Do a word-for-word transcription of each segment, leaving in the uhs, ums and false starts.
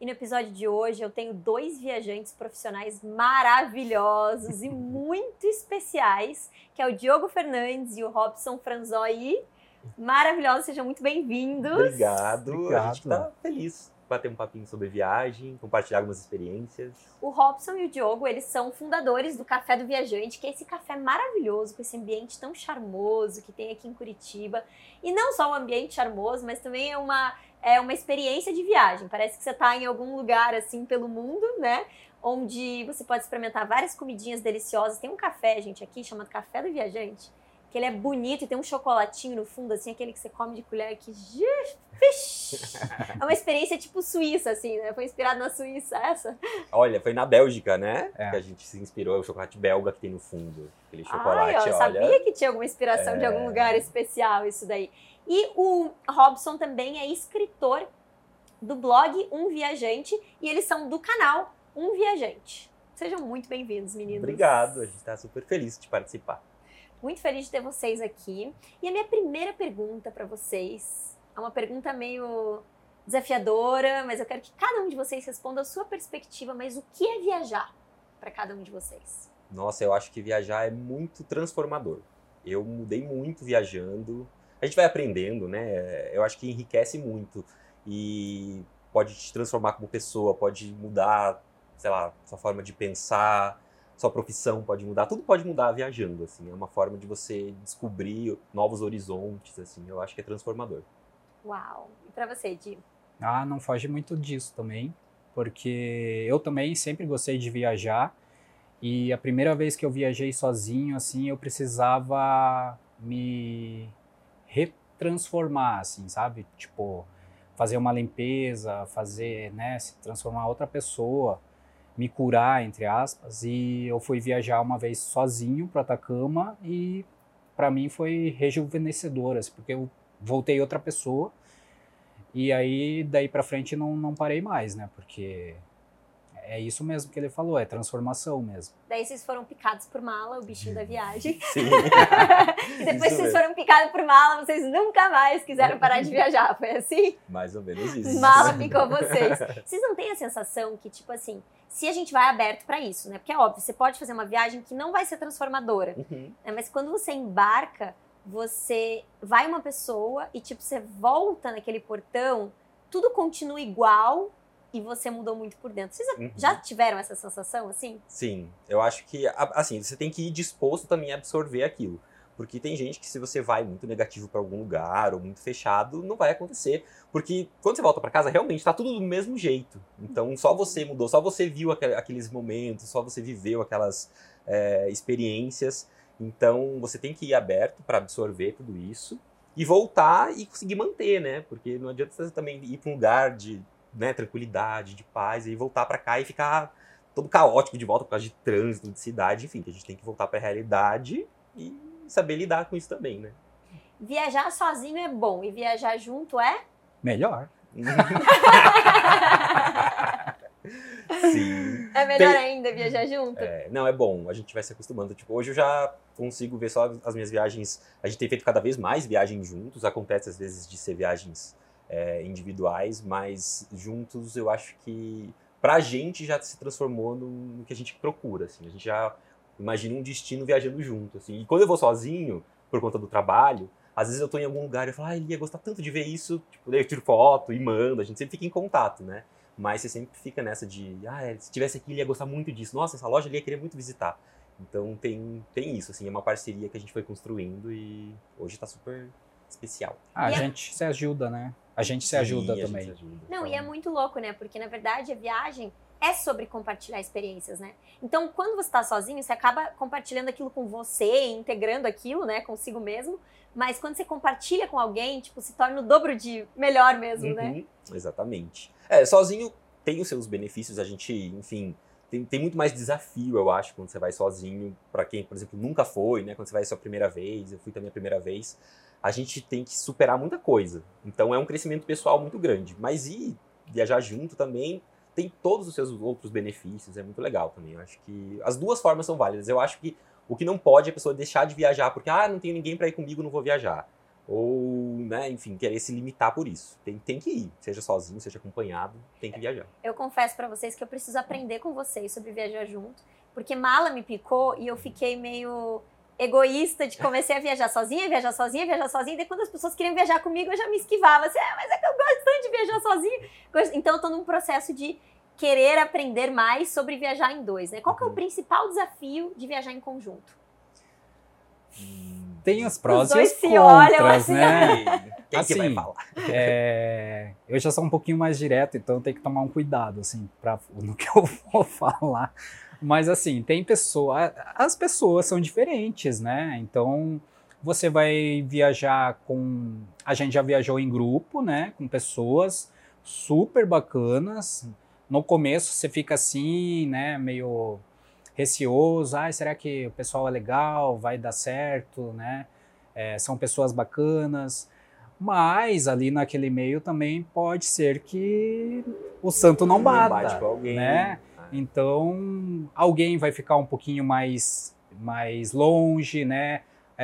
E no episódio de hoje eu tenho dois viajantes profissionais maravilhosos e muito especiais, que é o Diogo Fernandes e o Robson Franzoi. Maravilhosos, sejam muito bem-vindos. Obrigado. Obrigado. A gente tá feliz de bater um papinho sobre viagem, compartilhar algumas experiências. O Robson e o Diogo, eles são fundadores do Café do Viajante, que é esse café maravilhoso, com esse ambiente tão charmoso que tem aqui em Curitiba. E não só um ambiente charmoso, mas também é uma, é uma experiência de viagem. Parece que você está em algum lugar, assim, pelo mundo, né? Onde você pode experimentar várias comidinhas deliciosas. Tem um café, gente, aqui, chamado Café do Viajante, que ele é bonito e tem um chocolatinho no fundo, assim, aquele que você come de colher que... É uma experiência tipo Suíça, assim, né? Foi inspirado na Suíça, essa? Olha, foi na Bélgica, né? É. Que a gente se inspirou, é o chocolate belga que tem no fundo. Aquele chocolate, Ai, eu olha... sabia que tinha alguma inspiração É. de algum lugar especial isso daí. E o Robson também é escritor do blog Um Viajante e eles são do canal Um Viajante. Sejam muito bem-vindos, meninos. Obrigado, a gente tá super feliz de participar. Muito feliz de ter vocês aqui. E a minha primeira pergunta para vocês é uma pergunta meio desafiadora, mas eu quero que cada um de vocês responda a sua perspectiva, mas o que é viajar para cada um de vocês? Nossa, eu acho que viajar é muito transformador. Eu mudei muito viajando. A gente vai aprendendo, né? Eu acho que enriquece muito e pode te transformar como pessoa, pode mudar, sei lá, sua forma de pensar, sua profissão pode mudar, tudo pode mudar viajando, assim. É uma forma de você descobrir novos horizontes, assim. Eu acho que é transformador. Uau! E para você, Di? Ah, não foge muito disso também, porque eu também sempre gostei de viajar e a primeira vez que eu viajei sozinho, assim, eu precisava me retransformar, assim, sabe? Tipo, fazer uma limpeza, fazer, né, se transformar em outra pessoa, me curar, entre aspas, e eu fui viajar uma vez sozinho para Atacama e para mim foi rejuvenescedor, assim, porque eu voltei outra pessoa e aí daí para frente não, não parei mais, né, porque é isso mesmo que ele falou, é transformação mesmo. Daí vocês foram picados por mala, o bichinho da viagem. Sim. E depois Isso vocês mesmo. foram picados por mala, vocês nunca mais quiseram parar de viajar, foi assim? Mais ou menos isso. Mala picou vocês. Vocês não têm a sensação que, tipo assim, se a gente vai aberto pra isso, né? Porque é óbvio, você pode fazer uma viagem que não vai ser transformadora, Uhum. né? Mas quando você embarca, você vai uma pessoa e, tipo, você volta naquele portão, tudo continua igual e você mudou muito por dentro. Vocês Uhum. já tiveram essa sensação, assim? Sim, eu acho que, a- assim, você tem que ir disposto também a absorver aquilo. Porque tem gente que se você vai muito negativo para algum lugar ou muito fechado, não vai acontecer. Porque quando você volta para casa, realmente tá tudo do mesmo jeito. Então só você mudou, só você viu aqu- aqueles momentos, só você viveu aquelas é, experiências. Então você tem que ir aberto para absorver tudo isso e voltar e conseguir manter, né? Porque não adianta você também ir para um lugar de, né, tranquilidade, de paz, e voltar para cá e ficar todo caótico de volta por causa de trânsito, de cidade, enfim, que a gente tem que voltar para a realidade e saber lidar com isso também, né? Viajar sozinho é bom e viajar junto é? Melhor. Sim. É melhor Tem- ainda viajar junto? É, não, é bom, a gente vai se acostumando. Tipo, hoje eu já consigo ver só as minhas viagens. A gente tem feito cada vez mais viagens juntos. Acontece às vezes de ser viagens é, individuais, mas juntos eu acho que pra gente já se transformou no, no que a gente procura, assim. A gente já imagina um destino viajando junto, assim. E quando eu vou sozinho, por conta do trabalho, às vezes eu tô em algum lugar e eu falo, ah, ele ia gostar tanto de ver isso. Tipo, daí eu tiro foto e mando, a gente sempre fica em contato, né? Mas você sempre fica nessa de, ah, se tivesse aqui ele ia gostar muito disso. Nossa, essa loja ele ia querer muito visitar. Então tem, tem isso, assim, é uma parceria que a gente foi construindo e hoje tá super especial. Ah, a E é- gente se ajuda, né? A gente se Sim, ajuda a gente também. se ajuda. Não, e Então, é muito louco, né? Porque, na verdade, a viagem é sobre compartilhar experiências, né? Então, quando você tá sozinho, você acaba compartilhando aquilo com você, integrando aquilo, né, consigo mesmo. Mas quando você compartilha com alguém, tipo, se torna o dobro de melhor mesmo, né? Uhum, exatamente. É, sozinho tem os seus benefícios, a gente, enfim, tem, tem muito mais desafio, eu acho, quando você vai sozinho. Pra quem, por exemplo, nunca foi, né? Quando você vai a sua primeira vez, eu fui também a primeira vez, a gente tem que superar muita coisa. Então é um crescimento pessoal muito grande. Mas e viajar junto também tem todos os seus outros benefícios, é muito legal também. Eu acho que as duas formas são válidas. Eu acho que o que não pode é a pessoa deixar de viajar, porque, ah, não tenho ninguém para ir comigo, não vou viajar. ou, né, enfim, querer se limitar por isso. Tem, tem que ir, seja sozinho, seja acompanhado, tem que viajar. Eu confesso pra vocês que eu preciso aprender com vocês sobre viajar junto, porque mala me picou e eu fiquei meio egoísta de comecei a viajar sozinha, viajar sozinha, viajar sozinha, e daí quando as pessoas queriam viajar comigo, eu já me esquivava, assim, ah, mas é que eu gosto tanto de viajar sozinha. Então eu tô num processo de querer aprender mais sobre viajar em dois, né? Qual que é o principal desafio de viajar em conjunto? Tem os prós Os e os dois se olham contras, assim. né? Quem Assim, que vai falar? É, eu já sou um pouquinho mais direto, então eu tenho que tomar um cuidado, assim, pra, no que eu vou falar. Mas, assim, tem pessoa, as pessoas são diferentes, né? Então, você vai viajar com... A gente já viajou em grupo, né? Com pessoas super bacanas. No começo, você fica assim, né? Meio receoso. Ah, será que o pessoal é legal? Vai dar certo, né? É, são pessoas bacanas. Mas ali naquele meio também pode ser que o santo não bata, Não bate com alguém, né? Então alguém vai ficar um pouquinho mais, mais longe, né?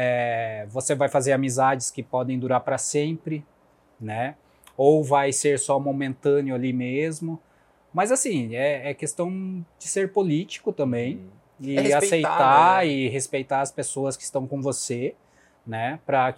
É, você vai fazer amizades que podem durar para sempre, né? Ou vai ser só momentâneo ali mesmo. Mas assim, é, é questão de ser político também. Hum. E É respeitar, aceitar, né? e respeitar as pessoas que estão com você, né? Para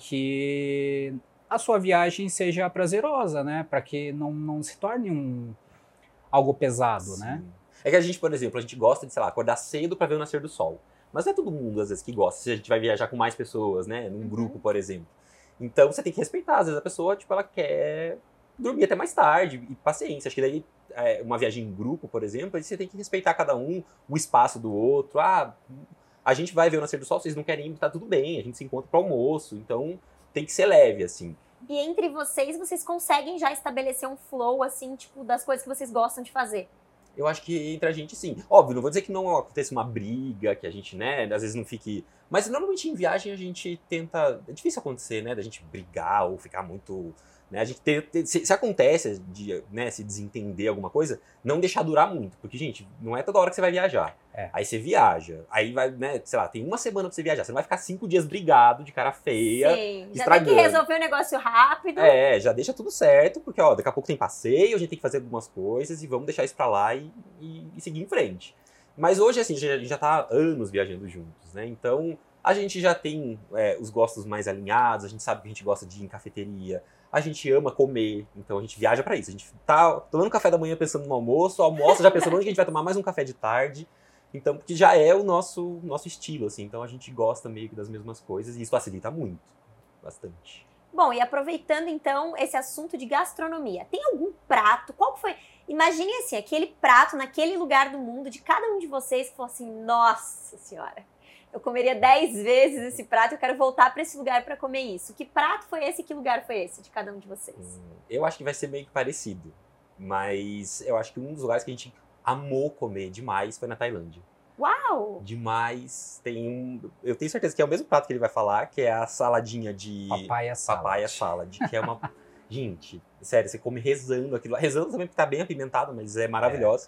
que a sua viagem seja prazerosa, né? Para que não, não se torne um, algo pesado, Sim. né? É que a gente, por exemplo, a gente gosta de, sei lá, acordar cedo para ver o nascer do sol. Mas não é todo mundo, às vezes, que gosta. Se a gente vai viajar com mais pessoas, né? Num Uhum. grupo, por exemplo. Então, você tem que respeitar. Às vezes, a pessoa, tipo, ela quer dormir até mais tarde. E paciência. Acho que daí, é, uma viagem em grupo, por exemplo, aí você tem que respeitar cada um, o espaço do outro. Ah, a gente vai ver o nascer do sol, vocês não querem ir, tá tudo bem. A gente se encontra para almoço. Então, tem que ser leve, assim. E entre vocês, vocês conseguem já estabelecer um flow, assim, tipo, das coisas que vocês gostam de fazer? Eu acho que entre a gente, sim. Óbvio, não vou dizer que não aconteça uma briga, que a gente, né, às vezes não fique... Mas normalmente em viagem a gente tenta... É difícil acontecer, né, da gente brigar ou ficar muito... Né, a gente ter, ter, se, se acontece de, né, se desentender alguma coisa, não deixar durar muito. Porque, gente, não é toda hora que você vai viajar. É. Aí você viaja. Aí vai, né, sei lá, tem uma semana pra você viajar. Você não vai ficar cinco dias brigado, de cara feia. Sim, já estragando. tem que resolver o negócio rápido. É, já deixa tudo certo, porque ó, daqui a pouco tem passeio, a gente tem que fazer algumas coisas e vamos deixar isso pra lá e, e, e seguir em frente. Mas hoje, assim, a gente já tá há anos viajando juntos, né? Então, a gente já tem é, os gostos mais alinhados, a gente sabe que a gente gosta de ir em cafeteria, a gente ama comer, então a gente viaja pra isso. A gente tá tomando café da manhã pensando no almoço, almoça já pensando onde que a gente vai tomar mais um café de tarde. Então, porque já é o nosso, nosso estilo, assim. Então, a gente gosta meio que das mesmas coisas e isso facilita muito, bastante. Bom, e aproveitando então esse assunto de gastronomia, tem algum prato? Qual foi? Imagine assim, aquele prato naquele lugar do mundo de cada um de vocês que falou assim, nossa senhora, eu comeria dez vezes esse prato, eu quero voltar para esse lugar para comer isso. Que prato foi esse? Que lugar foi esse de cada um de vocês? Hum, eu acho que vai ser meio que parecido, mas eu acho que um dos lugares que a gente amou comer demais foi na Tailândia. Uau! Demais. Tem um, eu tenho certeza que é o mesmo prato que ele vai falar, que é a saladinha de Papaya salad. papaya salad, que é uma... Gente, sério, você come rezando aquilo. Rezando também porque tá bem apimentado, mas é maravilhoso.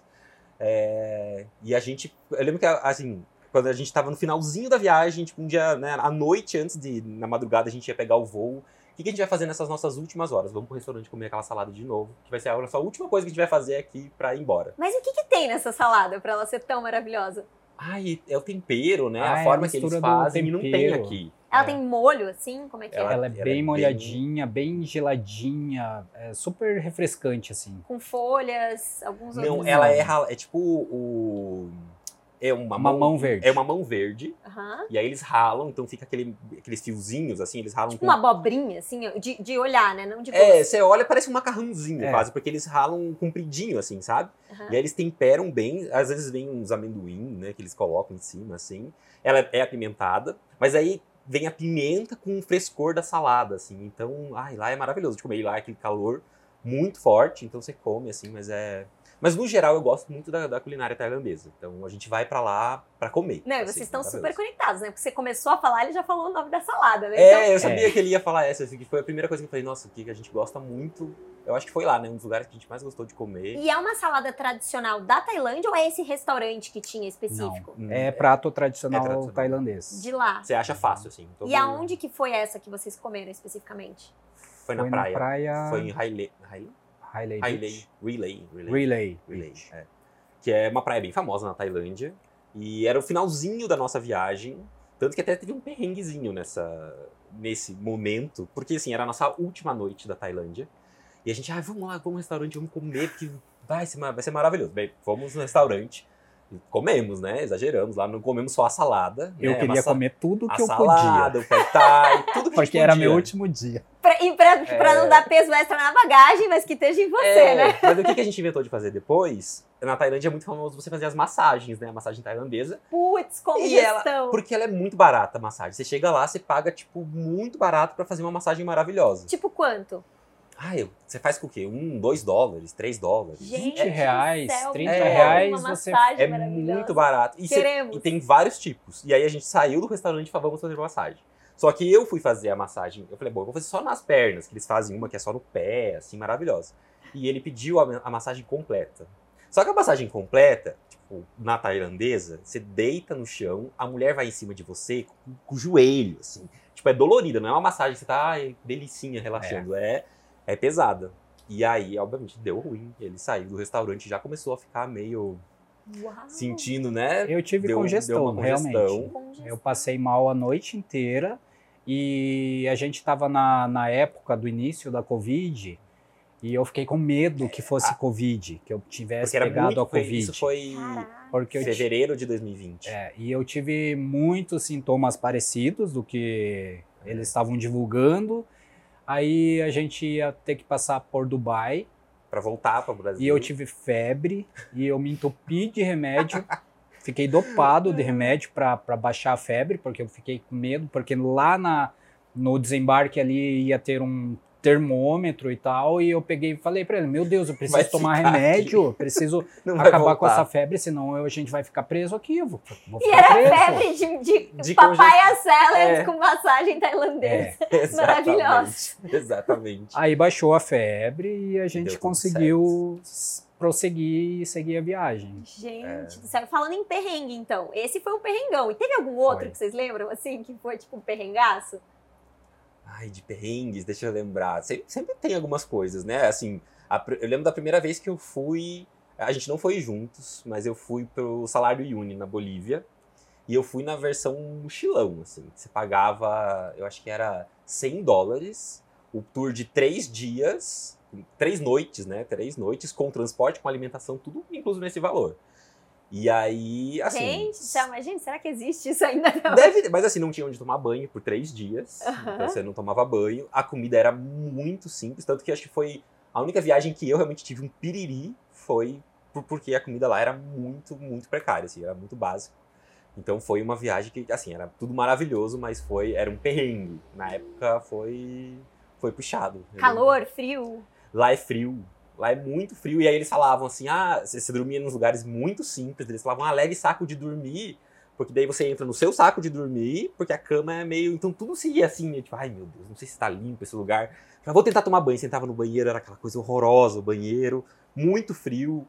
É. É, e a gente... Eu lembro que, assim, quando a gente tava no finalzinho da viagem, tipo um dia, né, à noite, antes de, na madrugada, a gente ia pegar o voo. O que, que a gente vai fazer nessas nossas últimas horas? Vamos pro restaurante comer aquela salada de novo, que vai ser a nossa última coisa que a gente vai fazer aqui pra ir embora. Mas o que, que tem nessa salada pra ela ser tão maravilhosa? Ai, é o tempero, né? Ah, a é forma a que eles mistura do fazem e não tem tempero. aqui. Ela É. tem molho, assim? Como é que Ela- é? Ela é ela é bem bem- molhadinha, bem geladinha, é super refrescante, assim. Com folhas, alguns Não, outros... ela é, rala- é tipo o... É uma Uma mão, mão verde. É uma mão verde. Aham. E aí eles ralam, então fica aquele, aqueles fiozinhos, assim, eles ralam Tipo com... uma abobrinha, assim, de, de olhar, né? Não de É, gosto. você olha, parece um macarrãozinho É. quase, porque eles ralam compridinho, assim, sabe? Aham. E aí eles temperam bem, às vezes vem uns amendoim, né, que eles colocam em cima, assim. Ela é apimentada, mas aí vem a pimenta com o frescor da salada, assim. Então, ai, lá é maravilhoso de comer, e lá é aquele calor. muito forte, então você come, assim, mas é... Mas, no geral, eu gosto muito da, da culinária tailandesa. Então, a gente vai pra lá pra comer. Não, e assim, vocês estão super maravilhoso. conectados, né? Porque você começou a falar, ele já falou o nome da salada, né? É, Então, eu sabia É. que ele ia falar essa, assim, que foi a primeira coisa que eu falei, nossa, o que a gente gosta muito, eu acho que foi lá, né, um dos lugares que a gente mais gostou de comer. e é uma salada tradicional da Tailândia ou é esse restaurante que tinha específico? Não, é prato tradicional, É tradicional. tailandês. De lá. Você acha fácil, assim. todo- E aonde que foi essa que vocês comeram especificamente? Foi na Foi praia. na praia Foi em Hailey. Hailey? Hailey Hailey. Beach. Relay. Relay. Relay. Relay, é. Que é uma praia bem famosa na Tailândia. E era o finalzinho da nossa viagem. Tanto que até teve um perrenguezinho nessa, nesse momento. Porque, assim, era a nossa última noite da Tailândia. E a gente, ah, vamos lá, vamos no restaurante, vamos comer, porque vai ser, ma- vai ser maravilhoso. Bem, fomos no restaurante. E comemos, né? Exageramos lá. Não comemos só a salada. Eu né, queria massa- comer tudo a que eu salada, podia. o pad thai, tudo que a gente Porque era podia. meu último dia. Pra, e pra, É. pra não dar peso extra na bagagem, mas que esteja em você, É, né? mas o que que a gente inventou de fazer depois? Na Tailândia é muito famoso você fazer as massagens, né? A massagem tailandesa. Putz, E congestão. Porque ela é muito barata a massagem. Você chega lá, você paga, tipo, muito barato pra fazer uma massagem maravilhosa. Tipo quanto? Ah, eu, você faz com o quê? Um, dois dólares, três dólares. Gente vinte reais, do céu, trinta É. reais, uma você... massagem É maravilhosa. muito barato. E, você- Queremos. e tem vários tipos. E aí a gente saiu do restaurante e falou, vamos fazer massagem. Só que eu fui fazer a massagem. Eu falei, bom, eu vou fazer só nas pernas, que eles fazem uma que é só no pé, assim, maravilhosa. E ele pediu a, a massagem completa. Só que a massagem completa, tipo, na tailandesa, você deita no chão, a mulher vai em cima de você com, com o joelho, assim. Tipo, é dolorida, não é uma massagem que você tá, ai, delicinha, relaxando. É, é pesada. E aí, obviamente, deu ruim. Ele saiu do restaurante e já começou a ficar meio Uau. sentindo, né? Eu tive Deu- congestão, deu uma congestão. realmente. Congestão. Eu passei mal a noite inteira e a gente estava na, na época do início da Covid e eu fiquei com medo que fosse Ah. Covid, que eu tivesse Porque era pegado muito, a foi- Covid. isso foi Caraca. Porque eu ti- fevereiro de dois mil e vinte. É, e eu tive muitos sintomas parecidos do que eles estavam divulgando. Aí a gente ia ter que passar por Dubai Pra voltar para o Brasil. e eu tive febre e eu me entupi de remédio. Fiquei dopado de remédio para baixar a febre, porque eu fiquei com medo, porque lá na, no desembarque ali ia ter um termômetro e tal, e eu peguei e falei para ele, meu Deus, eu preciso Vai tomar ficar remédio, aqui. eu preciso Não vai acabar com voltar. essa febre, senão eu- a gente vai ficar preso aqui, eu vou, vou E ficar era preso. febre de, de, De papaya salad É. com massagem tailandesa. Exatamente. Maravilhosa. Exatamente. Aí baixou a febre e a gente tudo conseguiu s- prosseguir e seguir a viagem. Gente do céu. Falando em perrengue, então. Esse foi um perrengão. E teve algum outro Foi. que vocês lembram, assim, que foi tipo um perrengaço? Ai, de perrengues, deixa eu lembrar. Sempre, sempre tem algumas coisas, né? Assim, a pr- eu lembro da primeira vez que eu fui. A gente não foi juntos, mas eu fui pro Salário Uyuni, na Bolívia. E eu fui na versão mochilão, assim. Você pagava, eu acho que era cem dólares, o tour de três dias, três noites, né? Três noites, com transporte, com alimentação, tudo incluso nesse valor. E aí, assim. Gente, do céu, imagina, será que existe isso ainda? Não? Deve, mas assim, não tinha onde tomar banho por três dias. Aham. Então você não tomava banho. A comida era muito simples, tanto que acho que foi a única viagem que eu realmente tive um piriri foi por- porque a comida lá era muito, muito precária, assim, era muito básico. Então foi uma viagem que, assim, era tudo maravilhoso, mas foi, era um perrengue. Na época foi, foi puxado. Calor, frio. Lá é frio. Lá é muito frio. E aí eles falavam assim, ah, você, você dormia nos lugares muito simples. Eles falavam, ah, leve saco de dormir, porque daí você entra no seu saco de dormir, porque a cama é meio... Então tudo se ia assim, tipo, ai meu Deus, não sei se tá limpo esse lugar. Eu vou tentar tomar banho. Sentava no banheiro, era aquela coisa horrorosa, o banheiro, muito frio.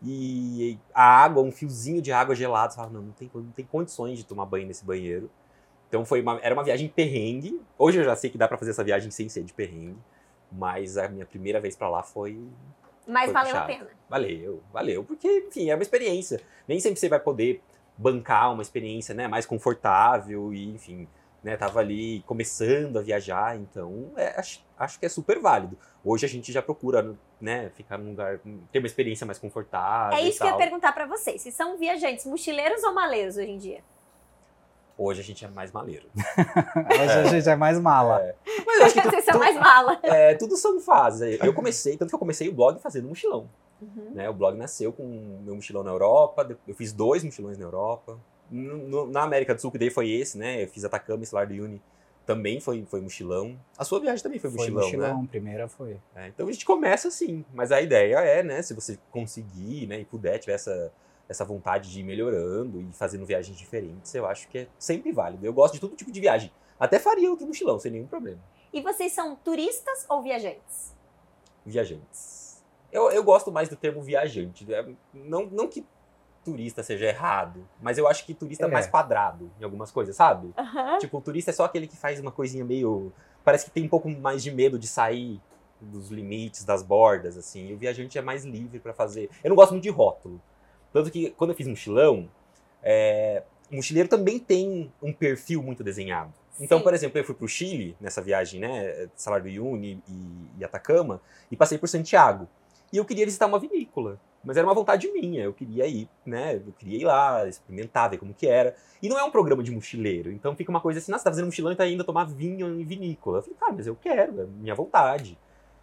E a água, um fiozinho de água gelada. Você falava, não, não tem, não tem condições de tomar banho nesse banheiro. Então foi uma, era uma viagem perrengue. Hoje eu já sei que dá pra fazer essa viagem sem ser de perrengue. Mas a minha primeira vez pra lá foi... Mas Foi valeu a puxado. pena. Valeu, valeu. Porque, enfim, é uma experiência. Nem sempre você vai poder bancar uma experiência, né, mais confortável e, enfim, né, tava ali começando a viajar, então é, acho, acho que é super válido. Hoje a gente já procura, né, ficar num lugar, ter uma experiência mais confortável É e isso que eu ia tal. perguntar pra vocês. Se são viajantes mochileiros ou maleiros hoje em dia? Hoje a gente é mais maleiro. Hoje a gente é mais mala. Mas eu acho que tu- Vocês são tu- mais mala. é, tudo são fases. Eu comecei, tanto que eu comecei o blog fazendo mochilão. Uhum. Né? O blog nasceu com o meu mochilão na Europa, eu fiz dois mochilões na Europa. No- no- na América do Sul, que daí foi esse, né? Eu fiz Atacama e Salar do Uyuni também foi, foi mochilão. A sua viagem também foi, Foi mochilão, mochilão, né? primeira foi. É, então a gente começa assim, mas a ideia é, né, se você conseguir, né, e puder, tiver essa, essa vontade de ir melhorando e fazendo viagens diferentes, eu acho que é sempre válido. Eu gosto de todo tipo de viagem. Até faria outro mochilão, sem nenhum problema. E vocês são turistas ou viajantes? Viajantes. Eu, eu gosto mais do termo viajante. Não, não que turista seja errado, mas eu acho que turista é, É. mais quadrado em algumas coisas, sabe? Aham. Tipo, o turista é só aquele que faz uma coisinha meio... Parece que tem um pouco mais de medo de sair dos limites, das bordas, assim. E o viajante é mais livre pra fazer. Eu não gosto muito de rótulo. Tanto que, quando eu fiz mochilão, é... o mochileiro também tem um perfil muito desenhado. Então, Sim. por exemplo, eu fui pro Chile, nessa viagem, né, Salar do Uyuni e, e Atacama, e passei por Santiago. E eu queria visitar uma vinícola, mas era uma vontade minha, eu queria ir, né, eu queria ir lá, experimentar, ver como que era. E não é um programa de mochileiro, então fica uma coisa assim, nossa, você tá fazendo mochilão e tá indo tomar vinho em vinícola. Eu falei, cara, mas eu quero, é minha vontade.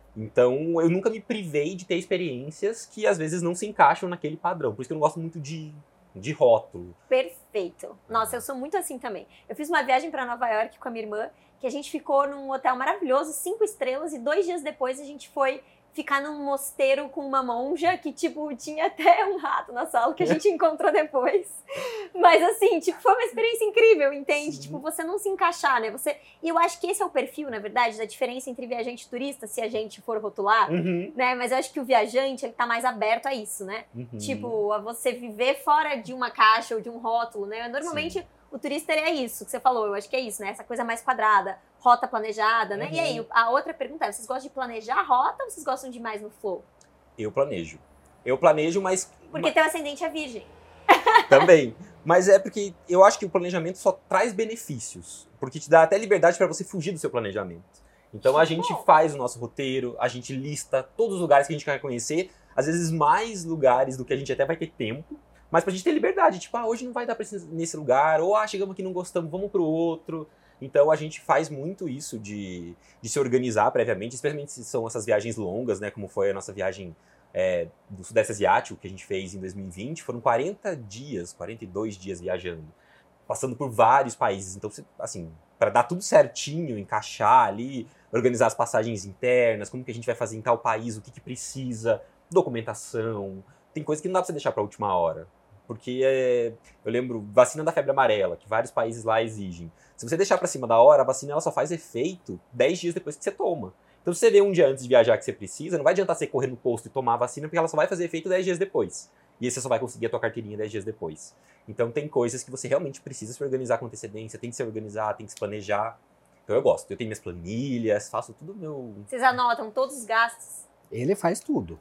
Então, eu nunca me privei de ter experiências que às vezes não se encaixam naquele padrão. Por isso que eu não gosto muito de, de rótulo. Perfeito. Nossa, eu sou muito assim também. Eu fiz uma viagem pra Nova York com a minha irmã, que a gente ficou num hotel maravilhoso, cinco estrelas, e dois dias depois a gente foi ficar num mosteiro com uma monja que, tipo, tinha até um rato na sala que a gente encontrou depois. Mas, assim, tipo, foi uma experiência incrível, entende? Sim. Tipo, você não se encaixar, né? Você... E eu acho que esse é o perfil, na verdade, da diferença entre viajante e turista, se a gente for rotular, Uhum. né? Mas eu acho que o viajante, ele tá mais aberto a isso, né? Uhum. Tipo, a você viver fora de uma caixa ou de um rótulo, né? Normalmente, o turista é isso que você falou, eu acho que é isso, né? Essa coisa mais quadrada, rota planejada, né? Uhum. E aí, a outra pergunta é, vocês gostam de planejar a rota ou vocês gostam de ir mais no flow? Eu planejo. Eu planejo, mas... Porque teu ascendente é virgem. Também. Mas é porque eu acho que o planejamento só traz benefícios. Porque te dá até liberdade para você fugir do seu planejamento. Então a Que gente bom. faz o nosso roteiro, a gente lista todos os lugares que a gente quer conhecer, às vezes mais lugares do que a gente até vai ter tempo, mas pra gente ter liberdade. Tipo, ah, hoje não vai dar pra ir nesse lugar, ou ah, chegamos aqui e não gostamos, vamos pro outro. Então a gente faz muito isso de, de se organizar previamente, especialmente se são essas viagens longas, né? Como foi a nossa viagem é, do Sudeste Asiático que a gente fez em dois mil e vinte. Foram quarenta dias, quarenta e dois dias viajando, passando por vários países. Então, assim, para dar tudo certinho, encaixar ali, organizar as passagens internas, como que a gente vai fazer em tal país, o que, que precisa, documentação. Tem coisa que não dá pra você deixar pra última hora. Porque é, eu lembro, vacina da febre amarela, que vários países lá exigem. Se você deixar pra cima da hora, a vacina ela só faz efeito dez dias depois que você toma. Então se você vê um dia antes de viajar que você precisa, não vai adiantar você correr no posto e tomar a vacina, porque ela só vai fazer efeito dez dias depois. E aí você só vai conseguir a tua carteirinha dez dias depois. Então tem coisas que você realmente precisa se organizar com antecedência, tem que se organizar, tem que se planejar. Então eu gosto, eu tenho minhas planilhas, faço tudo meu... Vocês anotam todos os gastos? Ele faz tudo.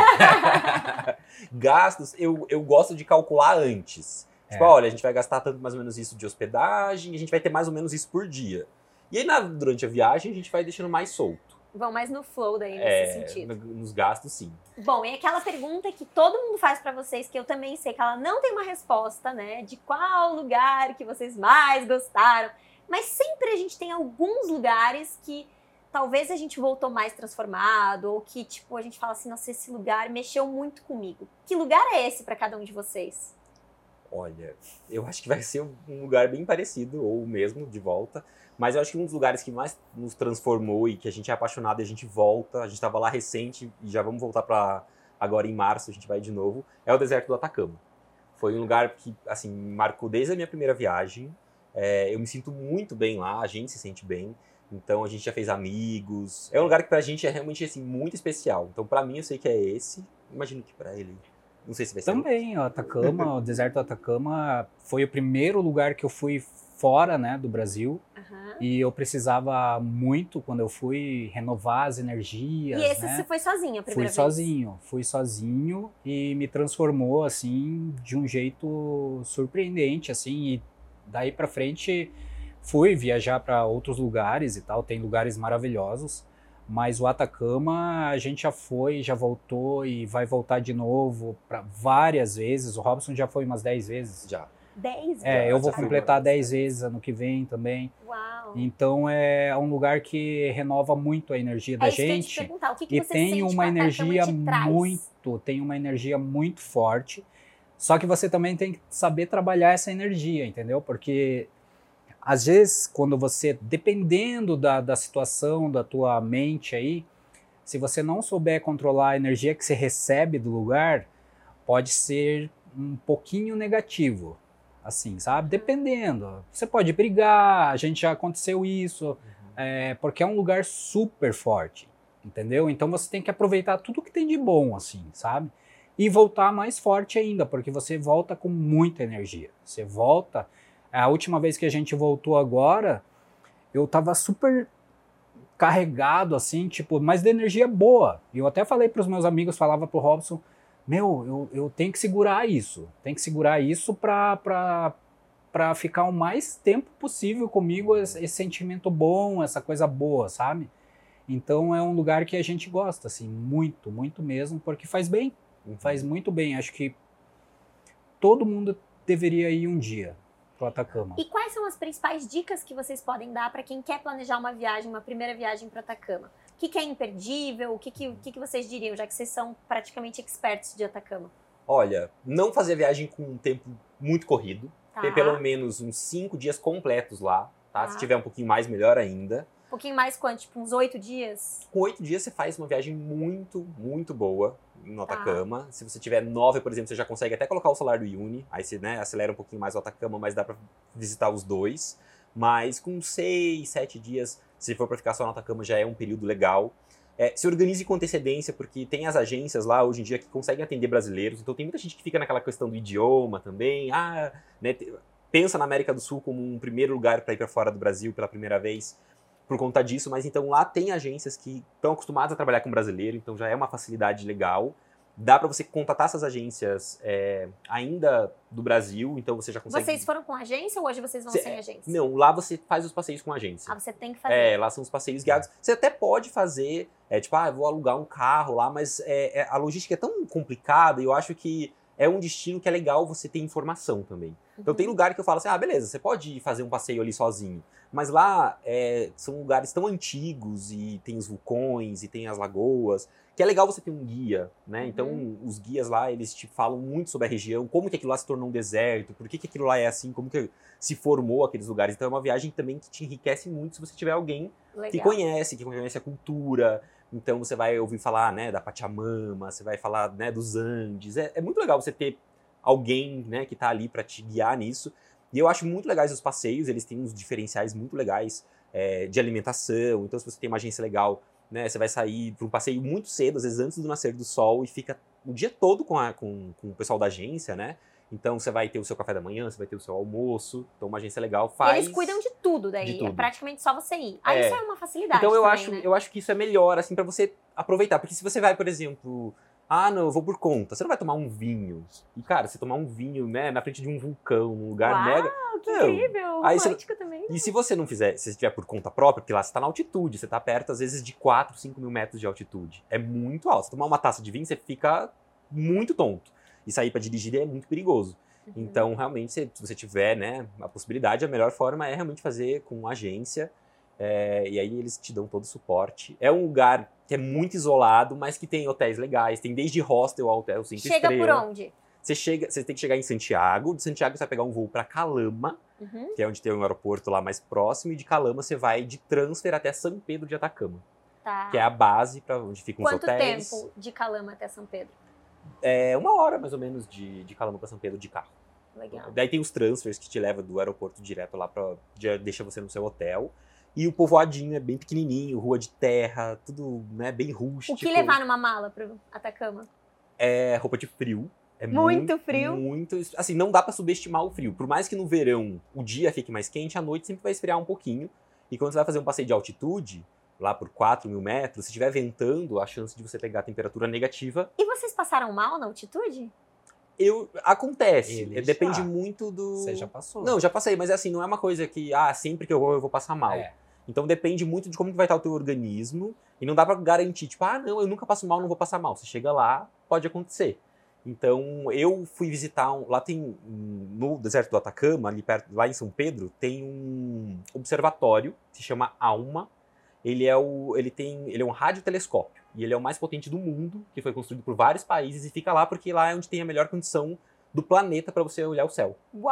Gastos, eu, eu gosto de calcular antes. Tipo, É. olha, a gente vai gastar tanto mais ou menos isso de hospedagem, a gente vai ter mais ou menos isso por dia. E aí, na, durante a viagem, a gente vai deixando mais solto. Vão mais no flow daí, nesse É, sentido. no- nos gastos, sim. Bom, e aquela pergunta que todo mundo faz pra vocês, que eu também sei que ela não tem uma resposta, né? De qual lugar que vocês mais gostaram. Mas sempre a gente tem alguns lugares que talvez a gente voltou mais transformado, ou que, tipo, a gente fala assim, nossa, esse lugar mexeu muito comigo. Que lugar é esse pra cada um de vocês? Olha, eu acho que vai ser um lugar bem parecido, ou o mesmo, de volta. Mas eu acho que um dos lugares que mais nos transformou e que a gente é apaixonado e a gente volta, a gente estava lá recente e já vamos voltar para agora em março, a gente vai de novo, é o deserto do Atacama. Foi um lugar que, assim, me marcou desde a minha primeira viagem. É, eu me sinto muito bem lá, a gente se sente bem. Então a gente já fez amigos. É um lugar que pra gente é realmente, assim, muito especial. Então pra mim eu sei que é esse. Imagino que pra ele... Não sei se vai ser... Também, o Atacama, o deserto do Atacama foi o primeiro lugar que eu fui fora, né, do Brasil. Aham. E eu precisava muito, quando eu fui, renovar as energias, E esse né? você foi sozinho a Fui primeira vez? sozinho, fui sozinho e me transformou, assim, de um jeito surpreendente, assim, e daí pra frente fui viajar para outros lugares e tal, tem lugares maravilhosos, mas o Atacama a gente já foi, já voltou e vai voltar de novo para várias vezes, o Robson já foi umas dez vezes. Já. Dez É, vezes? eu vou já fui completar uma vez. dez vezes ano que vem também. Uau! Então é um lugar que renova muito a energia da É isso que eu ia te gente. perguntar, o que, que E você tem sente uma que o Atacama energia te traz? muito, tem uma energia muito forte. Só que você também tem que saber trabalhar essa energia, entendeu? Porque às vezes, quando você, dependendo da, da situação, da tua mente aí, se você não souber controlar a energia que você recebe do lugar, pode ser um pouquinho negativo, assim, sabe? Dependendo. Você pode brigar, a gente já aconteceu isso, uhum. é, porque é um lugar super forte, entendeu? Então você tem que aproveitar tudo que tem de bom, assim, sabe? E voltar mais forte ainda, porque você volta com muita energia. Você volta... A última vez que a gente voltou agora, eu tava super carregado, assim, tipo, mas de energia boa. E eu até falei pros meus amigos, falava pro Robson, meu, eu, eu tenho que segurar isso. Tenho que segurar isso pra, pra, pra ficar o mais tempo possível comigo, esse, esse sentimento bom, essa coisa boa, sabe? Então é um lugar que a gente gosta, assim, muito, muito mesmo, porque faz bem. Uhum. Faz muito bem. Acho que todo mundo deveria ir um dia pro Atacama. E quais são as principais dicas que vocês podem dar para quem quer planejar uma viagem, uma primeira viagem para o Atacama? O que, que é imperdível? O que, que, o que, que vocês diriam, já que vocês são praticamente experts de Atacama? Olha, não fazer a viagem com um tempo muito corrido. Tá. Ter pelo menos uns cinco dias completos lá, tá? Tá. Se tiver um pouquinho mais, melhor ainda. Um pouquinho mais quanto? Tipo uns oito dias? Com oito dias você faz uma viagem muito, muito boa no Atacama. Tá. Se você tiver nove, por exemplo, você já consegue até colocar o Salar do Uyuni. Aí você, né, acelera um pouquinho mais o Atacama, mas dá pra visitar os dois. Mas com seis, sete dias, se for pra ficar só no Atacama, já é um período legal. É, se organize com antecedência, porque tem as agências lá hoje em dia que conseguem atender brasileiros. Então tem muita gente que fica naquela questão do idioma também. Ah, né, pensa na América do Sul como um primeiro lugar para ir para fora do Brasil pela primeira vez. Por conta disso, mas então lá tem agências que estão acostumadas a trabalhar com brasileiro, então já é uma facilidade legal. Dá para você contatar essas agências é, ainda do Brasil, então você já consegue... Vocês foram com agência ou hoje vocês vão Cê, sem agência? Não, lá você faz os passeios com agência. Ah, você tem que fazer. É, lá são os passeios guiados. Você até pode fazer, é, tipo, ah, vou alugar um carro lá, mas é, é, a logística é tão complicada e eu acho que é um destino que é legal você ter informação também. Então uhum. tem lugar que eu falo assim, ah, beleza, você pode fazer um passeio ali sozinho. Mas lá é, são lugares tão antigos e tem os vulcões e tem as lagoas, que é legal você ter um guia, né? Então uhum. os guias lá, eles te falam muito sobre a região, como que aquilo lá se tornou um deserto, por que, que aquilo lá é assim, como que se formou aqueles lugares. Então é uma viagem também que te enriquece muito se você tiver alguém legal. que conhece, que conhece a cultura. Então você vai ouvir falar, né, da Pachamama, você vai falar, né, dos Andes. É, é muito legal você ter alguém, né, que tá ali para te guiar nisso. E eu acho muito legais os passeios, eles têm uns diferenciais muito legais é, de alimentação. Então se você tem uma agência legal, né, você vai sair para um passeio muito cedo, às vezes antes do nascer do sol, e fica o dia todo com, a, com, com o pessoal da agência, né? Então você vai ter o seu café da manhã, você vai ter o seu almoço, então uma agência legal faz... E eles cuidam de tudo daí, de tudo. É praticamente só você ir. Aí é. isso é uma facilidade Então eu, também, acho, né? eu acho que isso é melhor, assim, pra você aproveitar. Porque se você vai, por exemplo, ah, não, eu vou por conta, você não vai tomar um vinho. E, cara, você tomar um vinho, né, na frente de um vulcão, num lugar Uau, mega... que não. incrível, Aí romântico você... também. Né? E se você não fizer, se você estiver por conta própria, porque lá você tá na altitude, você tá perto, às vezes, de quatro, cinco mil metros de altitude. É muito alto. Se tomar uma taça de vinho, você fica muito tonto. E sair pra dirigir é muito perigoso. Uhum. Então, realmente, se você tiver, né, a possibilidade, a melhor forma é realmente fazer com agência. É, e aí eles te dão todo o suporte. É um lugar que é muito isolado, mas que tem hotéis legais. Tem desde hostel ao hotel cinco Chega estrelas. por onde? Você, chega, você tem que chegar em Santiago. De Santiago você vai pegar um voo para Calama, uhum. que é onde tem um aeroporto lá mais próximo. E de Calama você vai de transfer até São Pedro de Atacama. Tá. Que é a base para onde ficam Quanto os hotéis. Quanto tempo de Calama até São Pedro? É uma hora, mais ou menos, de, de Calama para São Pedro de carro. Legal. Daí tem os transfers que te levam do aeroporto direto lá para deixa você no seu hotel. E o povoadinho é bem pequenininho, rua de terra, tudo, né, bem rústico. O que levar numa mala pro Atacama? É roupa de frio. É muito, muito frio? Muito. Assim, não dá para subestimar o frio. Por mais que no verão o dia fique mais quente, a noite sempre vai esfriar um pouquinho. E quando você vai fazer um passeio de altitude, lá por quatro mil metros, se estiver ventando, a chance de você pegar a temperatura negativa... E vocês passaram mal na altitude? Eu, acontece, Ele depende já. muito do... Você já passou. Não, já passei, mas assim, não é uma coisa que, ah, sempre que eu vou, eu vou passar mal. É. Então depende muito de como que vai estar o teu organismo, e não dá pra garantir, tipo, ah, não, eu nunca passo mal, não vou passar mal. Você chega lá, pode acontecer. Então, eu fui visitar, um, lá tem, no deserto do Atacama, ali perto, lá em São Pedro, tem um observatório, que se chama ALMA. Ele é, o, ele, tem, ele é um radiotelescópio, e ele é o mais potente do mundo, que foi construído por vários países, e fica lá porque lá é onde tem a melhor condição do planeta para você olhar o céu. Uau!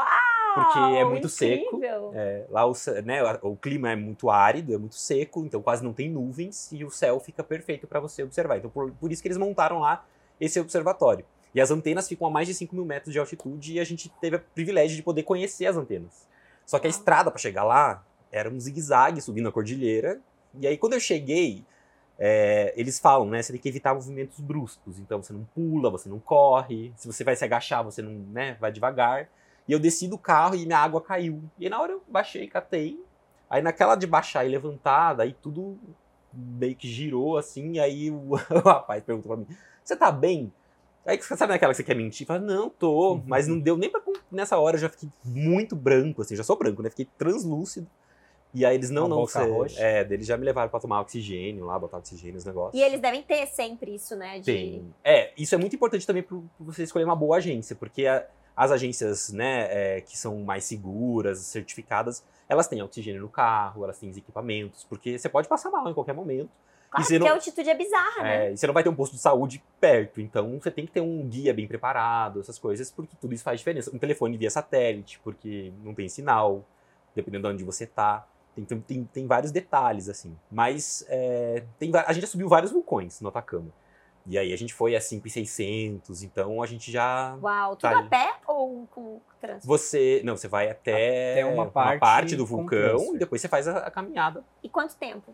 porque é muito seco. Incrível. É, lá o, ce- né, o clima é muito árido, é muito seco, então quase não tem nuvens e o céu fica perfeito para você observar. Então por, por isso que eles montaram lá esse observatório. E as antenas ficam a mais de cinco mil metros de altitude e a gente teve o privilégio de poder conhecer as antenas. Só que a Ah. estrada para chegar lá era um zigue-zague subindo a cordilheira. E aí quando eu cheguei, é, eles falam, né, você tem que evitar movimentos bruscos. Então você não pula, você não corre. Se você vai se agachar, você não, né, vai devagar. E eu desci do carro e minha água caiu. E aí, na hora eu baixei, catei. Aí naquela de baixar e levantar, aí tudo meio que girou assim. E aí o, o rapaz perguntou pra mim, você tá bem? Aí você sabe naquela que você quer mentir? Fala, não, tô. Uhum. Mas não deu nem pra... Nessa hora eu já fiquei muito branco, assim. Já sou branco, né? Fiquei translúcido. E aí eles, não, A não, boca você... roxa. É, eles já me levaram pra tomar oxigênio lá, botar oxigênio nos negócios. E eles devem ter sempre isso, né? De... Tem. É, isso é muito importante também para você escolher uma boa agência, porque a- as agências, né, é, que são mais seguras, certificadas, elas têm oxigênio no carro, elas têm os equipamentos, porque você pode passar mal em qualquer momento. Claro, E você porque não- a altitude é bizarra, né? É, e você não vai ter um posto de saúde perto, então você tem que ter um guia bem preparado, essas coisas, porque tudo isso faz diferença. Um telefone via satélite, porque não tem sinal, dependendo de onde você tá. Tem, tem, tem, tem vários detalhes, assim. Mas é, tem, va- a gente já subiu vários vulcões no Atacama. E aí a gente foi a cinco mil e seiscentos, então a gente já... Uau, tudo Tá a ali. pé ou com trânsito? Você, não, você vai até, Até uma parte do com vulcão transfer. e depois você faz a, a caminhada. E quanto tempo?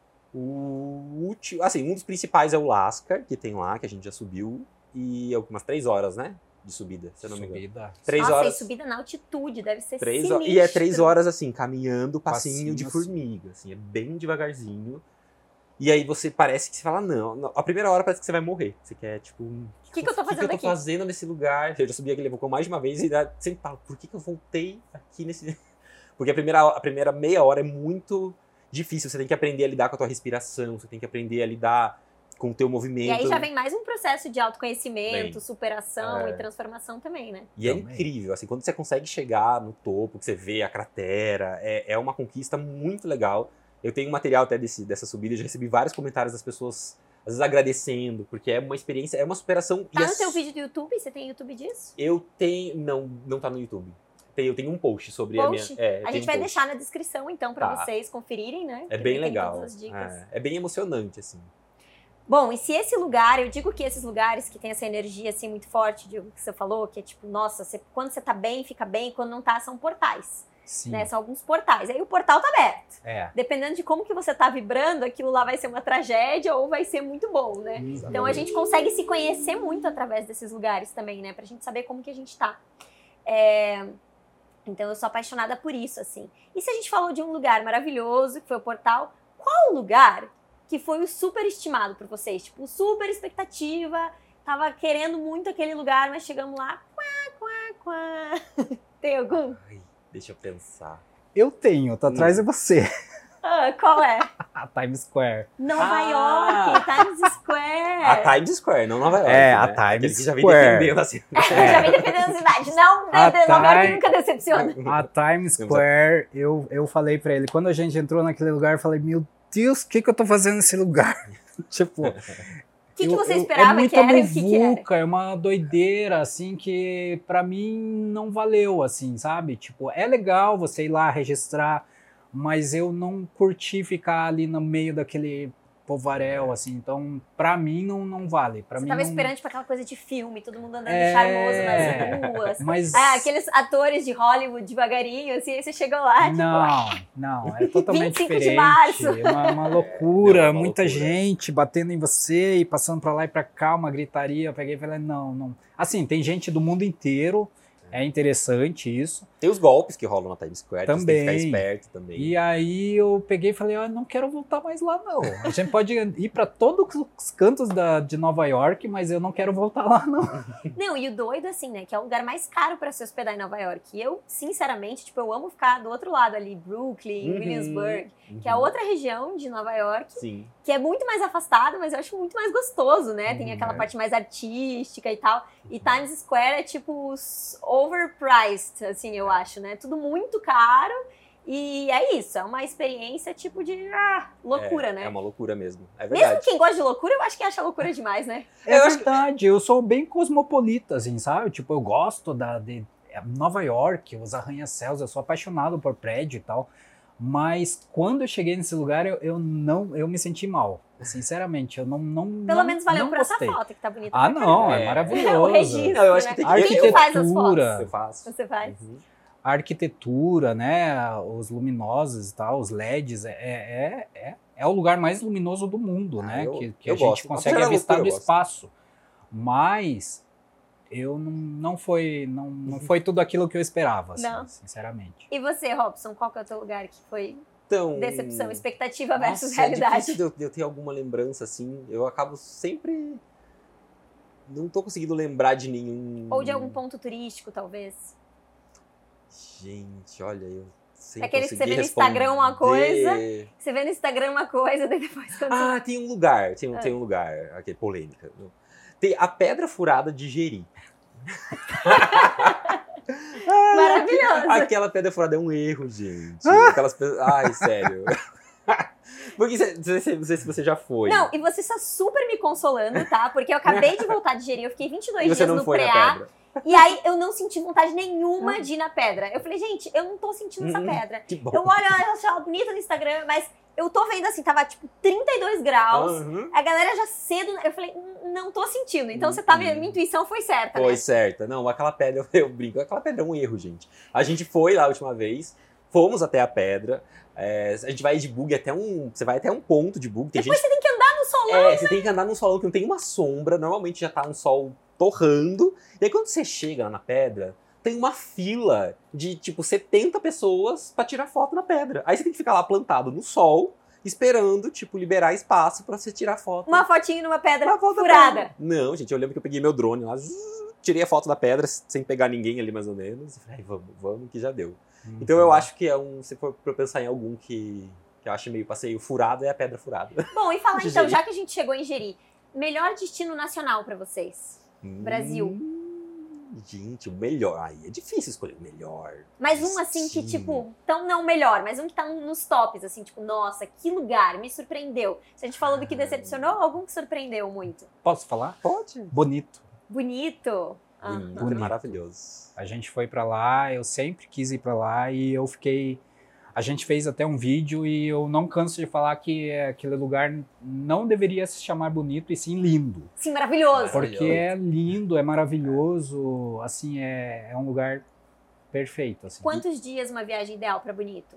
O último, assim, um dos principais é o Lascar, que tem lá, que a gente já subiu, e é umas três horas, né, de subida, se eu não me engano. Subida. Três Nossa, horas. e subida na altitude, deve ser Três sinistro. ho- e é três horas, assim, caminhando, passinho, Passinho, de assim. formiga, assim, é bem devagarzinho. E aí você parece que você fala, não, não, a primeira hora parece que você vai morrer. Você quer, tipo, o que que eu tô que fazendo que eu tô aqui? fazendo nesse lugar? Eu já subi aquele vulcão mais de uma vez e ainda sempre falo, por que que eu voltei aqui nesse... Porque a primeira, a primeira meia hora é muito difícil, você tem que aprender a lidar com a tua respiração, você tem que aprender a lidar com o teu movimento. E aí já vem mais um processo de autoconhecimento, Vem. superação É. e transformação também, né? E é Também. incrível, assim, quando você consegue chegar no topo, que você vê a cratera, é, é uma conquista muito legal. Eu tenho material até desse, dessa subida, já recebi vários comentários das pessoas, às vezes agradecendo, porque é uma experiência, é uma superação. Tá e no é teu su- vídeo do YouTube? Você tem YouTube disso? Eu tenho, não, não tá no YouTube. Tem- Eu tenho um post sobre Post? a minha... É, eu A tenho gente um vai post. deixar na descrição, então, pra Tá. vocês conferirem, né? É Porque bem tem legal. todas as dicas. É, é bem emocionante, assim. Bom, e se esse lugar, eu digo que esses lugares que tem essa energia assim muito forte, Diogo, que você falou, que é tipo, nossa, você- quando você tá bem, fica bem, quando não tá, são portais, Sim. né? São alguns portais. Aí o portal tá aberto. É. Dependendo de como que você tá vibrando, aquilo lá vai ser uma tragédia ou vai ser muito bom, né? Então a gente consegue se conhecer muito através desses lugares também, né? Pra gente saber como que a gente tá. É, Então eu sou apaixonada por isso, assim. E se a gente falou de um lugar maravilhoso, que foi o portal, qual o lugar que foi o super estimado por vocês? Tipo, super expectativa, tava querendo muito aquele lugar, mas chegamos lá, quá, quá, quá. Tem algum? Ai, deixa eu pensar. Eu tenho, tá atrás Hum. de você. Ah, qual é? A Times Square. Nova Ah! York, Times Square. A Times Square, não Nova York, É, né? a Aquele Times que já vem Square. defendendo assim. É, já vem dependendo da cidade. Não, A de- de- Nova York Time- nunca decepciona. A Times Square, eu, eu falei pra ele, quando a gente entrou naquele lugar, eu falei, meu Deus, o que, que eu tô fazendo nesse lugar? Tipo, O que, que eu- você eu- esperava é muita que era e o que, que era? muvuca, é uma doideira, assim, que pra mim não valeu, assim, sabe? Tipo, é legal você ir lá registrar, mas eu não curti ficar ali no meio daquele povaréu, assim, então pra mim não, não vale. Pra Você mim tava não... esperando tipo, aquela coisa de filme, todo mundo andando É, charmoso nas ruas. Mas... Ah, aqueles atores de Hollywood devagarinho, assim, aí você chegou lá, tipo, Não, não, é totalmente vinte e cinco de diferente. março. É uma, uma loucura, É, não, é uma muita loucura. gente batendo em você e passando pra lá e pra cá, uma gritaria. Eu peguei e falei, não, não. Assim, tem gente do mundo inteiro, é interessante isso. Tem os golpes que rolam na Times Square, então você tem que Também. ficar esperto também. E aí eu peguei e falei, ah, não quero voltar mais lá, não. A gente pode ir pra todos os cantos da, de Nova York, mas eu não quero voltar lá, não. Não, e o doido, assim, né, que é o lugar mais caro pra se hospedar em Nova York. E eu, sinceramente, tipo, eu amo ficar do outro lado ali, Brooklyn, Uhum, Williamsburg, uhum. que é a outra região de Nova York, Sim. que é muito mais afastada, mas eu acho muito mais gostoso, né? Tem Uhum, aquela é. parte mais artística e tal. E Times Square é, tipo, s- overpriced, assim, eu acho, né? Tudo muito caro. E é isso, é uma experiência, tipo, de ah, loucura, é, né? É uma loucura mesmo. É Mesmo verdade. quem gosta de loucura, eu acho que acha loucura demais, né? É Eu acho verdade, eu sou bem cosmopolita, assim, sabe? Tipo, eu gosto da, de Nova York, os arranha-céus, eu sou apaixonado por prédio e tal, mas quando eu cheguei nesse lugar, eu, eu não, eu me senti mal, sinceramente, eu não não Pelo não, menos valeu não por gostei. essa foto, que tá bonita. Ah, pra não, caramba. é, É. maravilhoso. O registro, Não, eu acho que tem né? que- Quem que faz as arquitetura. fotos? Eu faço. Você faz? Uhum. A arquitetura, né, os luminosos e tal, os L E Ds, é, é, é, é o lugar mais luminoso do mundo, Ah, né, eu- que, que eu a gente gosto. consegue Apesar da avistar loucura, do eu gosto. espaço. Mas eu não, não, foi, não, não foi tudo aquilo que eu esperava, assim, Não. sinceramente. E você, Robson, qual que é o teu lugar que foi Então, decepção, expectativa versus nossa, é realidade? difícil de eu, de eu ter alguma lembrança, assim. Eu acabo sempre... Não tô conseguindo lembrar de nenhum... Ou de algum ponto turístico, talvez? Gente, olha, eu sem Aquele que você conseguir vê no Instagram uma coisa, responder. Você vê no Instagram uma coisa, daí depois quando você... Ah, tem um lugar, tem, um- Ah. tem um lugar, aquele polêmica. Tem a Pedra Furada de Jeri. Maravilhoso. Aquela pedra furada é um erro, gente. Aquelas pe- Ai, sério. Porque cê- não sei- não sei se você já foi. Não, e você está super me consolando, tá? Porque eu acabei de voltar de Jeri, eu fiquei vinte e dois E você dias não no foi na pré-A, pedra. e aí eu não senti vontade nenhuma de ir na pedra. Eu falei, gente, eu não tô sentindo essa Hum, pedra. Que bom. Eu olho, eu acho ela bonita no Instagram, mas eu tô vendo assim, tava tipo trinta e dois graus. Aham. A galera já cedo, eu falei, "Hum, não tô sentindo. Então você tá, minha, minha intuição foi certa, Foi né? certa. Não, aquela pedra, eu brinco, aquela pedra é um erro, gente. A gente foi lá a última vez, fomos até a pedra, é, a gente vai de bug até um... Você vai até um ponto de bug. Tem Depois gente, você tem que andar no solão. é, você tem que andar num solão que não tem uma sombra, normalmente já tá um sol torrando. E aí quando você chega lá na pedra, tem uma fila de, tipo, setenta pessoas pra tirar foto na pedra. Aí você tem que ficar lá plantado no sol, esperando, tipo, liberar espaço pra você tirar foto. Uma fotinho numa pedra Uma foto da furada. pedra. Não, gente, eu lembro que eu peguei meu drone lá, zzz, tirei a foto da pedra sem pegar ninguém ali, mais ou menos. E falei, "Ai, vamos, vamos, que já deu." Então eu acho que é um, se for pra eu pensar em algum que, que eu acho meio passeio furado, é a pedra furada. Bom, e falar De então, Jeri. já que a gente chegou em Jeri, melhor destino nacional pra vocês? Brasil. Hum, gente, o melhor. Aí é difícil escolher o melhor. Mas um assim que, destino. tipo, tão não melhor, mas um que tá nos tops, assim, tipo, nossa, que lugar, me surpreendeu. Se a gente falou do que decepcionou, algum que surpreendeu muito. Posso falar? Pode. Bonito. Bonito. Ah, Bonito, Bonito. maravilhoso. A gente foi pra lá, eu sempre quis ir pra lá e eu fiquei... A gente fez até um vídeo e eu não canso de falar que aquele lugar não deveria se chamar bonito e sim lindo. sim, maravilhoso. Porque é lindo, é maravilhoso, assim, é, é um lugar perfeito. Assim. Quantos dias uma viagem ideal pra Bonito?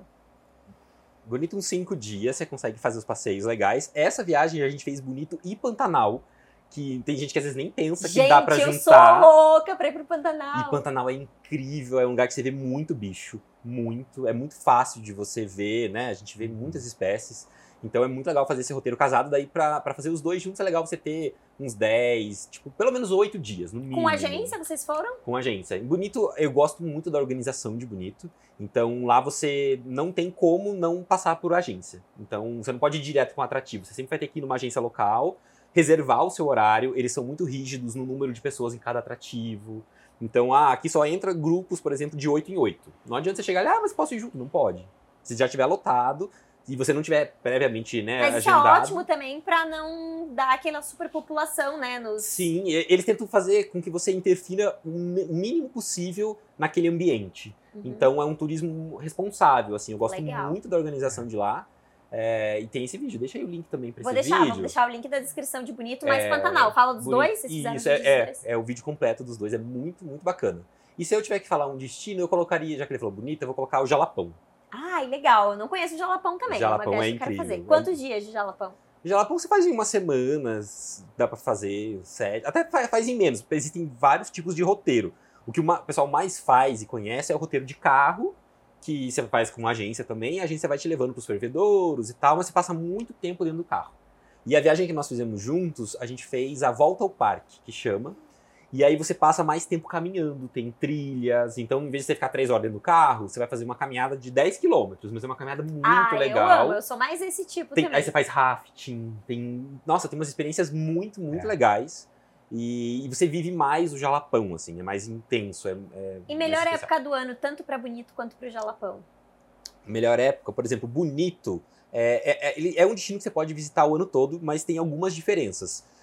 Bonito uns cinco dias, você consegue fazer os passeios legais. Essa viagem a gente fez Bonito e Pantanal, que tem gente que às vezes nem pensa que gente, dá pra eu juntar. sou louca pra ir pro Pantanal. E Pantanal é incrível, é um lugar que você vê muito bicho, muito, é muito fácil de você ver, né? A gente vê muitas espécies, então é muito legal fazer esse roteiro casado, daí pra, pra fazer os dois juntos é legal você ter uns dez, tipo, pelo menos oito dias, no mínimo. Com agência, vocês foram? Com agência. Em Bonito, eu gosto muito da organização de Bonito, então lá você não tem como não passar por agência. Então você não pode ir direto com atrativo, você sempre vai ter que ir numa agência local, reservar o seu horário, eles são muito rígidos no número de pessoas em cada atrativo. Então, ah, aqui só entra grupos, por exemplo, de oito em oito. Não adianta você chegar ali, ah, mas posso ir junto? Não pode. Se já tiver lotado, e você não tiver previamente, né, Mas isso é agendado. ótimo também pra não dar aquela superpopulação, né? Nos... Sim, e- eles tentam fazer com que você interfira o mi- o mínimo possível naquele ambiente. Uhum. Então é um turismo responsável, assim. Eu gosto Legal. muito da organização de lá. É, e tem esse vídeo. Deixa aí o link também pra Vou esse deixar, vídeo. vamos deixar o link da descrição de Bonito, mais É, Pantanal. Fala dos Bonito. dois? Vocês fizeram Isso, vídeo dos é, dois? é, é o vídeo completo dos dois. É muito, muito bacana. E se eu tiver que falar um destino, eu colocaria, já que ele falou bonito, eu vou colocar o Jalapão. Ai, legal. Eu não conheço o Jalapão também. Jalapão é uma viagem é que eu quero incrível. fazer. Quantos dias de Jalapão? Jalapão você faz em umas semanas, dá pra fazer sete, até fa- faz em menos, porque existem vários tipos de roteiro. O que o ma- o pessoal mais faz e conhece é o roteiro de carro, que você faz com uma agência também, a agência vai te levando pros fervedouros e tal, mas você passa muito tempo dentro do carro. E a viagem que nós fizemos juntos, a gente fez a volta ao parque, que chama, e aí você passa mais tempo caminhando, tem trilhas, então em vez de você ficar três horas dentro do carro, você vai fazer uma caminhada de dez quilômetros, mas é uma caminhada muito ah, legal. eu amo. Eu sou mais esse tipo Tem- também. aí você faz rafting, tem... Nossa, tem umas experiências muito, muito É. legais. E, e você vive mais o Jalapão, assim, é mais intenso. É, é E mais melhor especial. época do ano, tanto pra Bonito quanto pro Jalapão. Melhor época, por exemplo, Bonito, é, é, é, ele é um destino que você pode visitar o ano todo, mas tem algumas diferenças.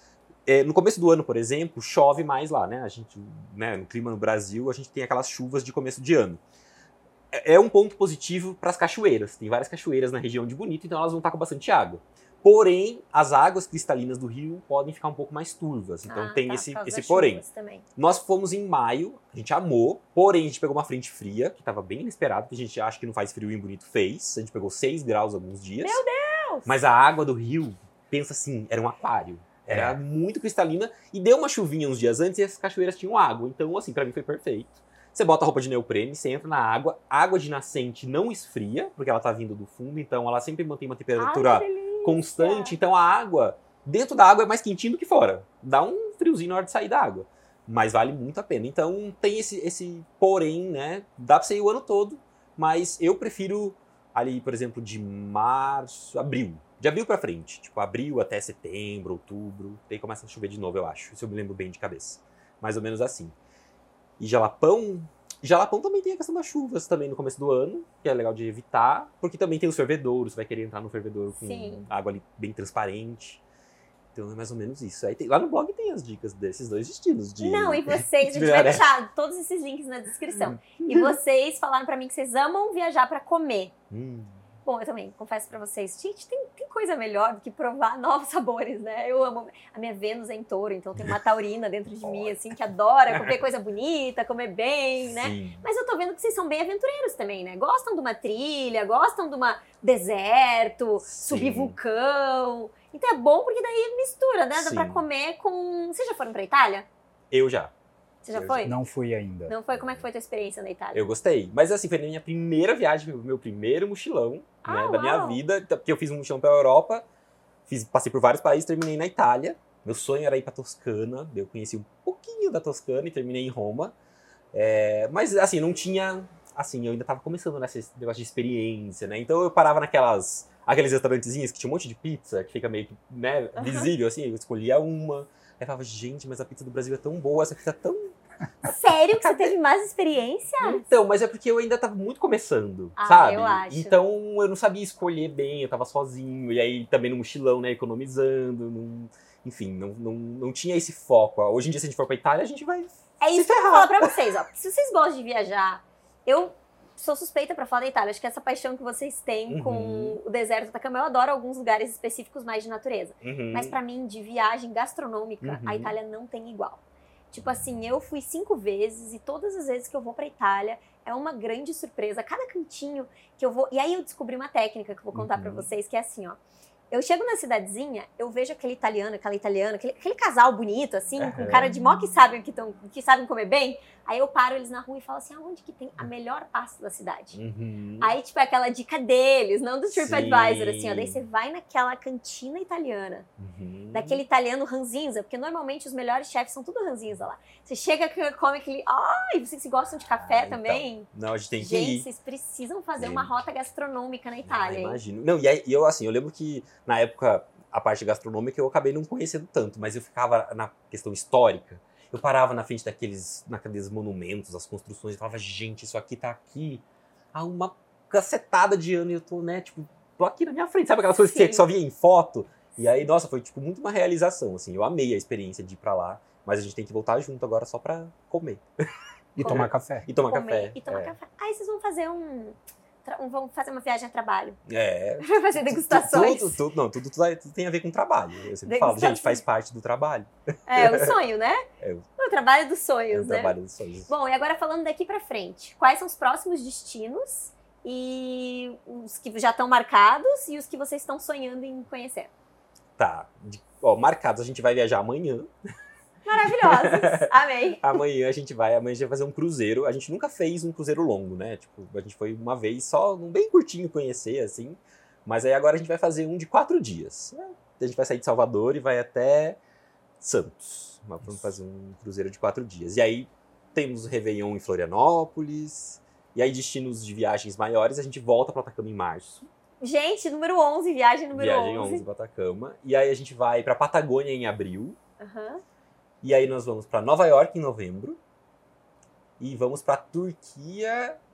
É, no começo do ano, por exemplo, chove mais lá, né? A gente, né, no clima no Brasil, a gente tem aquelas chuvas de começo de ano. É, é um ponto positivo para as cachoeiras. Tem várias cachoeiras na região de Bonito, então elas vão estar com bastante água. Porém, as águas cristalinas do rio podem ficar um pouco mais turvas. Então Ah, tem tá, esse, por causa esse das porém. chuvas também. Nós fomos em maio, a gente amou, porém a gente pegou uma frente fria, que estava bem inesperado, porque a gente acha que não faz frio em Bonito, fez. A gente pegou seis graus alguns dias. Meu Deus! Mas a água do rio, pensa assim, era um aquário. Era É. muito cristalina e deu uma chuvinha uns dias antes e as cachoeiras tinham água. Então, assim, pra mim foi perfeito. Você bota a roupa de neoprene, você entra na água, a água de nascente não esfria, porque ela tá vindo do fundo, então ela sempre mantém uma temperatura Ai, que delícia! constante. Então a água, dentro da água é mais quentinho do que fora. Dá um friozinho na hora de sair da água. Mas vale muito a pena. Então tem esse, esse porém, né? Dá pra você ir o ano todo, mas eu prefiro ali, por exemplo, de março, abril. De abril pra frente. Tipo, abril até setembro, outubro. Daí começa a chover de novo, eu acho. Se eu me lembro bem de cabeça. Mais ou menos assim. E Jalapão... Jalapão também tem a questão das chuvas também no começo do ano, que é legal de evitar, porque também tem os fervedouros, você vai querer entrar no fervedouro com Sim. água ali bem transparente. Então é mais ou menos isso. Aí tem- lá no blog tem as dicas desses dois destinos. De, Não, e vocês, a gente de vai viajar. deixar todos esses links na descrição. E vocês falaram pra mim que vocês amam viajar pra comer. Hum, Bom, eu também confesso pra vocês, gente, tem, tem coisa melhor do que provar novos sabores, né? Eu amo. A minha Vênus é em touro, então tem uma taurina dentro de mim, assim, que adora comer coisa bonita, comer bem, né? sim. Mas eu tô vendo que vocês são bem aventureiros também, né? Gostam de uma trilha, gostam de uma deserto, Sim. subir vulcão. Então é bom porque daí mistura, né? Dá Sim. pra comer com... Vocês já foram pra Itália? Eu já. Você já Eu foi? Não fui ainda. Não foi? Como é que foi a tua experiência na Itália? Eu gostei. Mas assim, foi na minha primeira viagem, meu primeiro mochilão, Ah, né, da minha uau. vida. Porque eu fiz um mochilão pela Europa, fiz, passei por vários países, terminei na Itália. Meu sonho era ir pra Toscana, eu conheci um pouquinho da Toscana e terminei em Roma. É, mas assim, não tinha... Assim, eu ainda tava começando nesse negócio de experiência, né? Então eu parava naquelas... Aqueles restaurantezinhos que tinha um monte de pizza, que fica meio que, né, Aham. visível, assim. Eu escolhia uma. Aí eu falava, gente, mas a pizza do Brasil é tão boa, essa pizza é tão... Sério que você teve mais experiência? Então, mas é porque eu ainda tava muito começando, Ah, sabe? eu acho. Então eu não sabia escolher bem, eu tava sozinho, e aí também no mochilão, né, economizando, não- enfim, não, não, não tinha esse foco. Ó. Hoje em dia, se a gente for pra Itália, a gente vai É se isso que eu vou ferrar. falar pra vocês, ó. Se vocês gostam de viajar, eu sou suspeita pra falar da Itália. Acho que essa paixão que vocês têm Uhum. com o deserto do Atacama, eu adoro alguns lugares específicos mais de natureza. Uhum. Mas pra mim, de viagem gastronômica, Uhum. a Itália não tem igual. Tipo assim, eu fui cinco vezes e todas as vezes que eu vou pra Itália é uma grande surpresa. Cada cantinho que eu vou... E aí eu descobri uma técnica que eu vou contar Uhum. pra vocês, que é assim, ó. Eu chego na cidadezinha, eu vejo aquele italiano, aquela italiana, aquele, aquele casal bonito, assim, com Aham. cara de mó que sabem, que, tão, que sabem comer bem. Aí eu paro eles na rua e falo assim, aonde que tem a melhor pasta da cidade? Uhum. Aí, tipo, é aquela dica deles, não do TripAdvisor, Sim. assim, ó. Daí você vai naquela cantina italiana, Uhum. daquele italiano ranzinza, porque normalmente os melhores chefes são tudo ranzinza lá. Você chega, come aquele... Ai, vocês que gostam de café Ah, então. também? Não, a gente tem que Gente, ir. vocês precisam fazer Gente. uma rota gastronômica na Ah, Itália, hein? imagino. Não, e aí, e eu assim, eu lembro que na época a parte gastronômica eu acabei não conhecendo tanto, mas eu ficava na questão histórica. Eu parava na frente daqueles, naqueles monumentos, as construções, e falava, gente, isso aqui tá aqui há uma cacetada de anos e eu tô, né, tipo, tô aqui na minha frente. Sabe aquelas coisas que Sim. você só via em foto? E aí, nossa, foi tipo muito uma realização, assim. Eu amei a experiência de ir pra lá, mas a gente tem que voltar junto agora só pra comer. E tomar café. E tomar Comer café. e tomar é. café. Aí vocês vão fazer um... tra- um- Vão fazer uma viagem a trabalho. É. Vai fazer degustações. Tudo, tudo, não, tudo, tudo, tudo tem a ver com trabalho. Eu sempre falo, Degustações. gente, faz parte do trabalho. É, o sonho, né? É o- O trabalho dos É sonhos, o né? trabalho dos sonhos. Bom, e agora falando daqui pra frente, quais são os próximos destinos e os que já estão marcados e os que vocês estão sonhando em conhecer? Tá. De- ó, marcados, a gente vai viajar amanhã. Maravilhosos! Amei! Amanhã a gente vai, amanhã a gente vai fazer um cruzeiro. A gente nunca fez um cruzeiro longo, né? Tipo, a gente foi uma vez só, um bem curtinho conhecer, assim. Mas aí agora a gente vai fazer um de quatro dias. A gente vai sair de Salvador e vai até Santos. Mas vamos fazer um cruzeiro de quatro dias. E aí temos o Réveillon em Florianópolis. E aí destinos de viagens maiores, a gente volta para Atacama em março. Gente, número onze, viagem número Viagem onze. onze para Atacama. E aí a gente vai para Patagônia em abril. Aham. E aí nós vamos para Nova York em novembro. E vamos para Turquia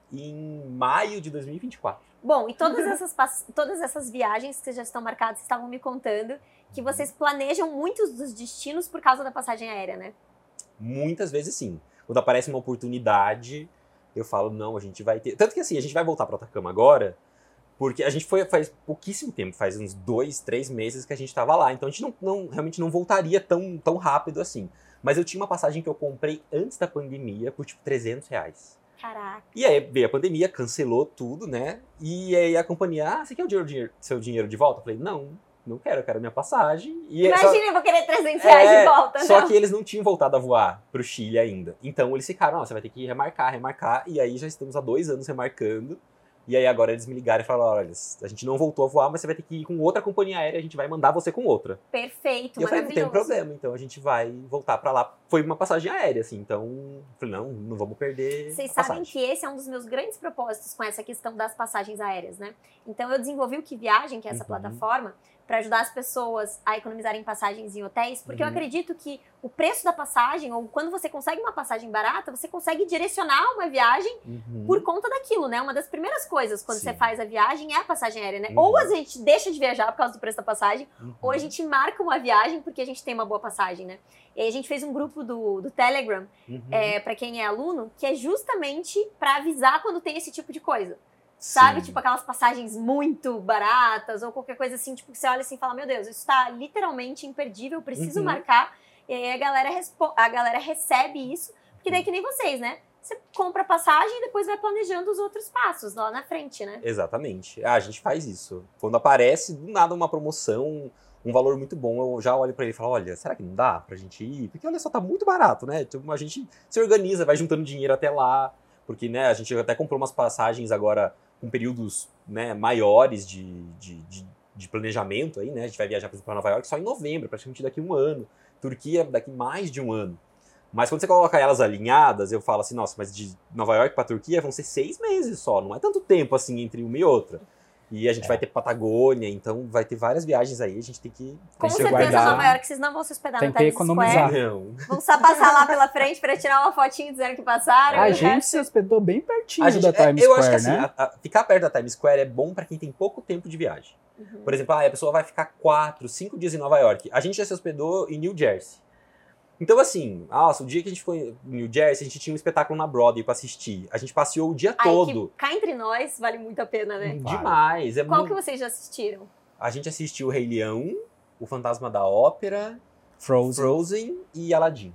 em maio de dois mil e vinte e quatro. Bom, e todas essas, pass- todas essas viagens que já estão marcadas, vocês estavam me contando que vocês planejam muitos dos destinos por causa da passagem aérea, né? Muitas vezes sim. Quando aparece uma oportunidade, eu falo, não, a gente vai ter... Tanto que assim, a gente vai voltar para Atacama agora, porque a gente foi faz pouquíssimo tempo, faz uns dois, três meses que a gente estava lá. Então a gente não, não, realmente não voltaria tão, tão rápido assim. Mas eu tinha uma passagem que eu comprei antes da pandemia por tipo trezentos reais. Caraca. E aí veio a pandemia, cancelou tudo, né? E aí a companhia, ah, você quer o dinheiro, dinheiro- seu dinheiro de volta? Eu falei, não, não quero, eu quero minha passagem. E é só- Imagina, eu vou querer trezentos reais É, de volta, Só não. que eles não tinham voltado a voar pro Chile ainda. Então eles ficaram, ó, você vai ter que remarcar, remarcar. E aí já estamos há dois anos remarcando. E aí agora eles me ligaram e falaram, olha, a gente não voltou a voar, mas você vai ter que ir com outra companhia aérea, a gente vai mandar você com outra. Perfeito, E eu falei, não tem maravilhoso. problema, então a gente vai voltar pra lá. Foi uma passagem aérea, assim, então... Eu falei, não, não vamos perder Vocês a sabem passagem. que esse é um dos meus grandes propósitos com essa questão das passagens aéreas, né? Então eu desenvolvi o Que Viagem, que é essa Uhum. plataforma, para ajudar as pessoas a economizarem passagens em hotéis, porque eu Uhum. acredito que o preço da passagem, ou quando você consegue uma passagem barata, você consegue direcionar uma viagem Uhum. por conta daquilo, né? Uma das primeiras coisas quando Sim. você faz a viagem é a passagem aérea, né? Uhum. Ou a gente deixa de viajar por causa do preço da passagem, Uhum. ou a gente marca uma viagem porque a gente tem uma boa passagem, né? E aí a gente fez um grupo do, do Telegram, Uhum. é, para quem é aluno, que é justamente para avisar quando tem esse tipo de coisa. Sabe? Sim. Tipo aquelas passagens muito baratas ou qualquer coisa assim, tipo que você olha assim e fala, meu Deus, isso tá literalmente imperdível, eu preciso Uhum. marcar. E aí a galera, respo- a galera recebe isso, porque daí que nem vocês, né? Você compra a passagem e depois vai planejando os outros passos lá na frente, né? Exatamente. Ah, a gente faz isso. Quando aparece, do nada, uma promoção, um valor muito bom, eu já olho pra ele e falo, olha, será que não dá pra gente ir? Porque, olha só, tá muito barato, né? Então, a gente se organiza, vai juntando dinheiro até lá, porque, né, a gente até comprou umas passagens agora com períodos, né, maiores de, de, de, de planejamento aí, né? A gente vai viajar, por exemplo, para Nova York só em novembro, praticamente daqui a um ano. Turquia daqui mais de um ano. Mas quando você coloca elas alinhadas, eu falo assim, nossa, mas de Nova York para Turquia vão ser seis meses só, não é tanto tempo assim entre uma e outra. E a gente É. vai ter Patagônia, então vai ter várias viagens aí, a gente tem que... Com que certeza, guardar. Nova York, vocês não vão se hospedar Tem no que Times economizar. Square. Não. Vão só passar lá pela frente para tirar uma fotinho dizendo que passaram. A e o gente resto- se hospedou bem pertinho A gente, da é, Times eu Square, acho que assim, né? a- a- ficar perto da Times Square é bom para quem tem pouco tempo de viagem. Uhum. Por exemplo, ah, a pessoa vai ficar quatro, cinco dias em Nova York. A gente já se hospedou em New Jersey. Então, assim, nossa, o dia que a gente foi em New Jersey, a gente tinha um espetáculo na Broadway pra assistir. A gente passeou o dia Ai, todo. que cá entre nós vale muito a pena, né? Vale. Demais. É Qual muito... que vocês já assistiram? A gente assistiu o Rei Leão, o Fantasma da Ópera, Frozen. Frozen e Aladdin.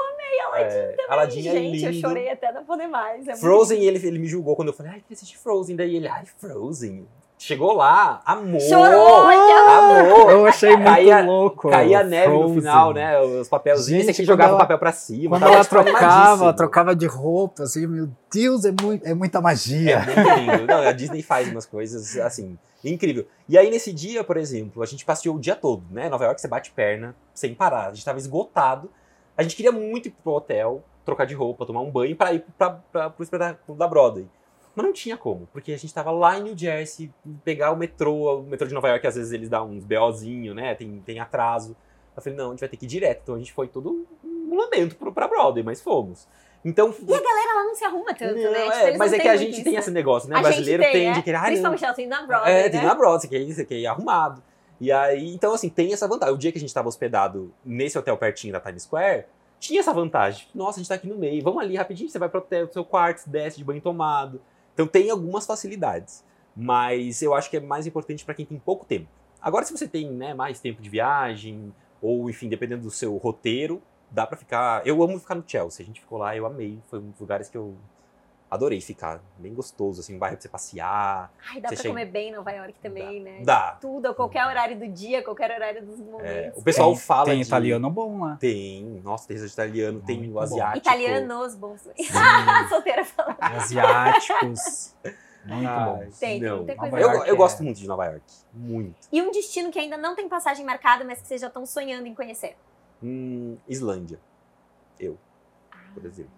E Aladdin É, também. Aladdin é Gente, eu lindo. chorei até não poder mais. É muito Frozen, ele, ele me julgou quando eu falei, ai, queria assistir Frozen. Daí ele, ai, Frozen. Chegou lá, amor. Chorou, que Amor. Eu achei muito Caía- louco. Caía a neve no Frozen. final, né? Os papelzinhos, Gente, você que quando jogava o ela- papel pra cima. Quando tava ela trocava, animadíssimo. trocava de roupa, assim, meu Deus, é, muito, é muita magia. É muito lindo. Não, a Disney faz umas coisas, assim, incrível. E aí, nesse dia, por exemplo, a gente passeou o dia todo, né? Nova York, você bate perna, sem parar. A gente tava esgotado. A gente queria muito ir pro hotel, trocar de roupa, tomar um banho pra ir pra, pra, pro espetáculo da Broadway. Mas não tinha como, porque a gente tava lá em New Jersey, pegar o metrô, o metrô de Nova York, às vezes eles dão uns BOzinho, né? Tem, tem atraso. Eu falei, não, a gente vai ter que ir direto. Então a gente foi todo um lamento pro, pra Broadway, mas fomos. Então... E a galera lá não se arruma tanto, Não, né? Tipo, é, eles mas não é que têm a muito gente isso, tem né? esse negócio, né? A O brasileiro gente tem, tem é. de querer... "Ah, não, Principalmente ela tem na Broadway, é, né? tem na Broadway, você quer ir, você quer ir arrumado. E aí, então assim, tem essa vantagem. O dia que a gente tava hospedado nesse hotel pertinho da Times Square, tinha essa vantagem. Nossa, a gente tá aqui no meio, vamos ali rapidinho, você vai pro hotel, pro seu quarto, desce de banho tomado. Então tem algumas facilidades. Mas eu acho que é mais importante para quem tem pouco tempo. Agora, se você tem, né, mais tempo de viagem, ou enfim, dependendo do seu roteiro, dá pra ficar... Eu amo ficar no Chelsea, a gente ficou lá, eu amei. Foi um dos lugares que eu adorei ficar. Bem gostoso, assim, um bairro pra você passear. Ai, dá Você pra chega- comer bem em Nova York também, né? Dá. Tudo, a qualquer horário do dia, qualquer horário dos momentos. É, o pessoal Tem- fala Tem de... italiano bom lá. Tem. Nossa, tem restaurante italiano, tem Muito o bom. asiático. Italianos bons. Solteira falando. Asiáticos. Muito Ai, bom. Tem, tem não. muita coisa Nova Eu, York eu é- gosto muito de Nova York. Muito. E um destino que ainda não tem passagem marcada, mas que vocês já estão sonhando em conhecer. Hum, Islândia. Eu, por exemplo.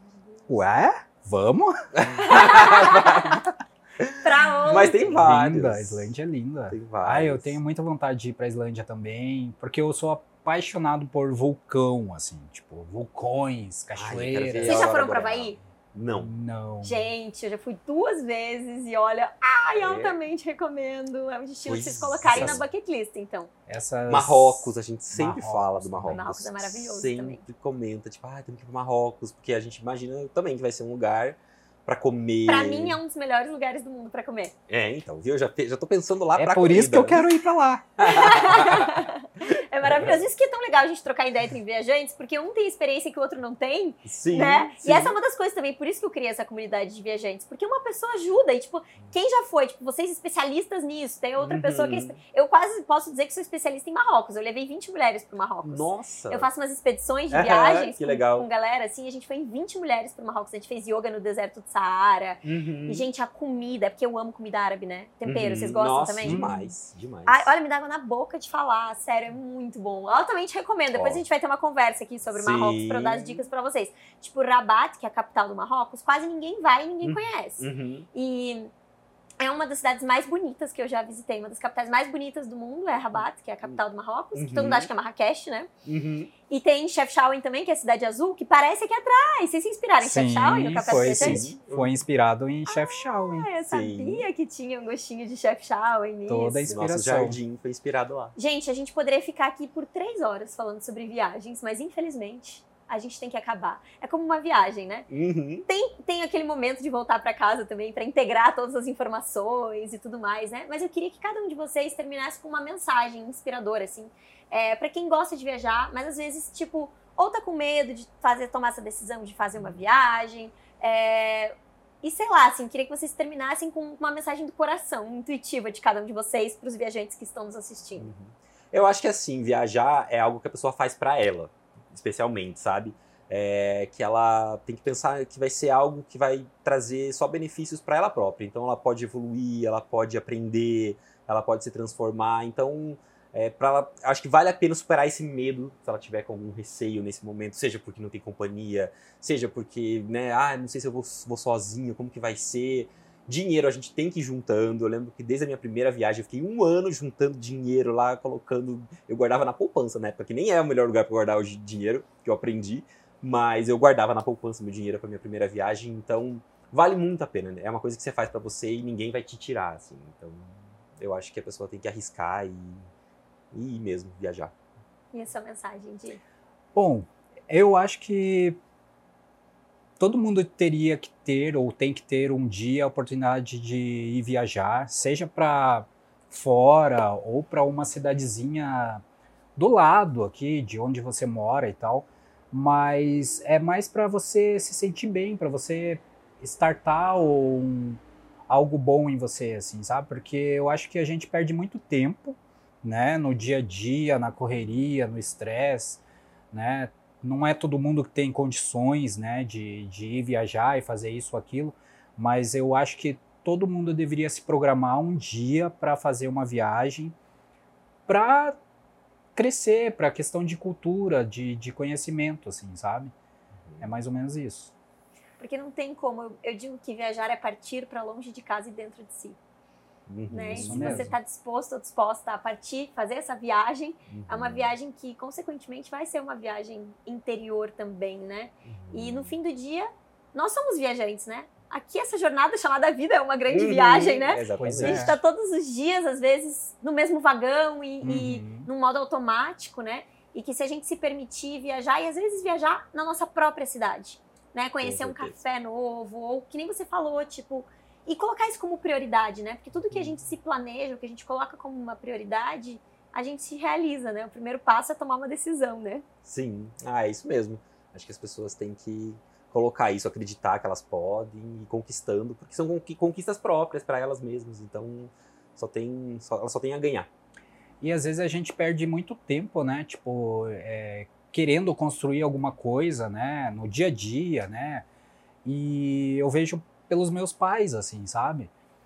Ué? Vamos? Pra onde? Mas tem vários. Linda, a Islândia é linda. Tem vários. Ah, eu tenho muita vontade de ir pra Islândia também, porque eu sou apaixonado por vulcão, assim, tipo, vulcões, quero cachoeiras. ver Vocês já Aurora foram pra Boreal. Havaí? Não. Não. Gente, eu já fui duas vezes e olha, ai, É. altamente recomendo. É um destino Pois pra vocês colocarem essas- na bucket list, então. Essas... Marrocos, a gente sempre Marrocos, fala do Marrocos. Marrocos é maravilhoso sempre também. comenta, tipo, ah, temos que ir pro Marrocos, porque a gente imagina também que vai ser um lugar pra comer. Pra mim é um dos melhores lugares do mundo pra comer. É, então, viu? Eu já, pe- já tô pensando lá É pra por isso que eu comida. quero ir pra lá. É maravilhoso. Isso que é tão legal a gente trocar ideia entre viajantes, porque um tem experiência que o outro não tem, Sim, né? sim. E essa é uma das coisas também, por isso que eu criei essa comunidade de viajantes, porque uma pessoa ajuda, e tipo, quem já foi, tipo, vocês especialistas nisso, tem outra Uhum. pessoa que é, eu quase posso dizer que sou especialista em Marrocos, eu levei vinte mulheres pro Marrocos. Nossa! Eu faço umas expedições de Aham, viagens que com, legal. com galera, assim, a gente foi em vinte mulheres pro Marrocos, a gente fez yoga no deserto do Saara, Uhum. e gente, a comida, porque eu amo comida árabe, né? Tempero, Uhum. vocês gostam Nossa, também? demais, demais. Ai, olha, me dá água na boca de falar, sério, é muito bom. Altamente recomendo. Depois Ó. a gente vai ter uma conversa aqui sobre o Sim. Marrocos pra eu dar as dicas pra vocês. Tipo, Rabat, que é a capital do Marrocos, quase ninguém vai e ninguém Hum. conhece. Uhum. E é uma das cidades mais bonitas que eu já visitei. Uma das capitais mais bonitas do mundo é Rabat, que é a capital do Marrocos, que todo Uhum. mundo acha que é Marrakech, né? Uhum. E tem Chefchaouen também, que é a cidade azul, que parece aqui atrás. Vocês se inspiraram em Sim, Chefchaouen no Café do foi, Viajante? sim. Foi inspirado em Chef Chow, hein? Ah, eu Sim. sabia que tinha um gostinho de Chefchaouen nisso. Toda a Nosso inspiração. jardim foi inspirado lá. Gente, a gente poderia ficar aqui por três horas falando sobre viagens, mas infelizmente a gente tem que acabar. É como uma viagem, né? Uhum. Tem, tem aquele momento de voltar pra casa também, pra integrar todas as informações e tudo mais, né? Mas eu queria que cada um de vocês terminasse com uma mensagem inspiradora, assim, é, para quem gosta de viajar, mas às vezes, tipo, ou tá com medo de fazer, tomar essa decisão de fazer uma viagem, é, e sei lá, assim, queria que vocês terminassem com uma mensagem do coração, intuitiva de cada um de vocês, pros viajantes que estão nos assistindo. Uhum. Eu acho que assim, viajar é algo que a pessoa faz pra ela, especialmente, sabe? É, que ela tem que pensar que vai ser algo que vai trazer só benefícios pra ela própria. Então ela pode evoluir, ela pode aprender, ela pode se transformar. Então, é, pra ela, acho que vale a pena superar esse medo, se ela tiver com algum receio nesse momento, seja porque não tem companhia, seja porque, né, ah, não sei se eu vou, vou sozinho, como que vai ser. Dinheiro a gente tem que ir juntando. Eu lembro que desde a minha primeira viagem eu fiquei um ano juntando dinheiro lá, colocando. Eu guardava na poupança na época, que nem é o melhor lugar para guardar o dinheiro, que eu aprendi, mas eu guardava na poupança meu dinheiro para minha primeira viagem, então vale muito a pena, né? É uma coisa que você faz para você e ninguém vai te tirar, assim. Então eu acho que a pessoa tem que arriscar e, e ir mesmo viajar. E essa mensagem de... Bom, eu acho que todo mundo teria que ter ou tem que ter um dia a oportunidade de ir viajar, seja para fora ou para uma cidadezinha do lado aqui, de onde você mora e tal, mas é mais para você se sentir bem, para você startar um, algo bom em você, assim, sabe? Porque eu acho que a gente perde muito tempo, né, no dia a dia, na correria, no estresse, né? Não é todo mundo que tem condições, né, de, de ir viajar e fazer isso ou aquilo, mas eu acho que todo mundo deveria se programar um dia para fazer uma viagem para crescer, para questão de cultura, de, de conhecimento, assim, sabe? É mais ou menos isso. Porque não tem como, eu, eu digo que viajar é partir para longe de casa e dentro de si. Uhum. Né? E Isso se mesmo. você está disposto ou disposta a partir, fazer essa viagem, Uhum. é uma viagem que, consequentemente, vai ser uma viagem interior também, né? Uhum. E no fim do dia, nós somos viajantes, né? Aqui essa jornada chamada vida é uma grande Uhum. viagem, né? Exatamente. Pois A gente é. está todos os dias, às vezes, no mesmo vagão e, e Uhum. num modo automático, né? E que se a gente se permitir viajar, e às vezes viajar na nossa própria cidade, né? Conhecer um certeza. café novo, ou que nem você falou, tipo... E colocar isso como prioridade, né? Porque tudo que a gente se planeja, o que a gente coloca como uma prioridade, a gente se realiza, né? O primeiro passo é tomar uma decisão, né? Sim, ah, é isso mesmo. Acho que as pessoas têm que colocar isso, acreditar que elas podem ir conquistando, porque são conqui- conquistas próprias para elas mesmas, então só tem, só, elas só têm a ganhar. E às vezes a gente perde muito tempo, né? Tipo, é, querendo construir alguma coisa, né? No dia a dia, né? E eu vejo pelos meus pais, assim, sabe?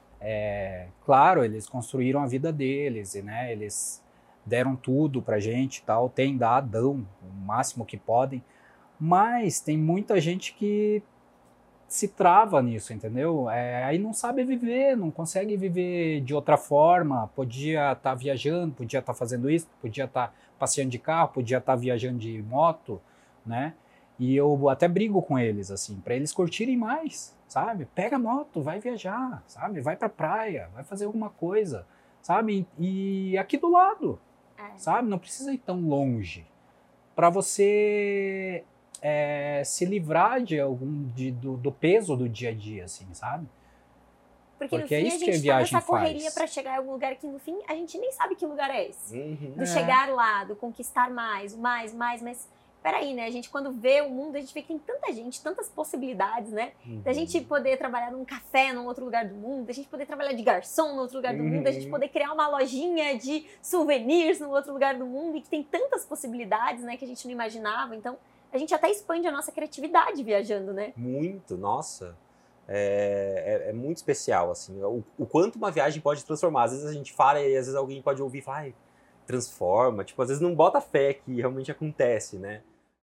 É, claro, eles construíram a vida deles, e, né? Eles deram tudo pra gente e tal, tem dado, dão o máximo que podem, mas tem muita gente que se trava nisso, entendeu? É, aí não sabe viver, não consegue viver de outra forma, podia estar viajando, podia estar fazendo isso, podia estar passeando de carro, podia estar viajando de moto, né? E eu até brigo com eles, assim, para eles curtirem mais, sabe? Pega a moto, vai viajar, sabe? Vai pra praia, vai fazer alguma coisa, sabe? E aqui do lado, É. sabe? Não precisa ir tão longe para você é, se livrar de algum de, do, do peso do dia a dia, assim, sabe? Porque, Porque no é fim isso a que a gente tá viagem nessa correria faz. para chegar em algum lugar que no fim a gente nem sabe que lugar é esse. Uhum. Do É. chegar lá, do conquistar mais, o mais, mais, mas peraí, né? A gente quando vê o mundo, a gente vê que tem tanta gente, tantas possibilidades, né? Uhum. Da gente poder trabalhar num café num outro lugar do mundo, da gente poder trabalhar de garçom num outro lugar do Uhum. mundo, da gente poder criar uma lojinha de souvenirs num outro lugar do mundo e que tem tantas possibilidades, né? Que a gente não imaginava. Então, a gente até expande a nossa criatividade viajando, né? Muito, nossa. É, é, é muito especial, assim. O, o quanto uma viagem pode transformar. Às vezes a gente fala e às vezes alguém pode ouvir e falar, ai, transforma. Tipo, às vezes não bota fé que realmente acontece, né?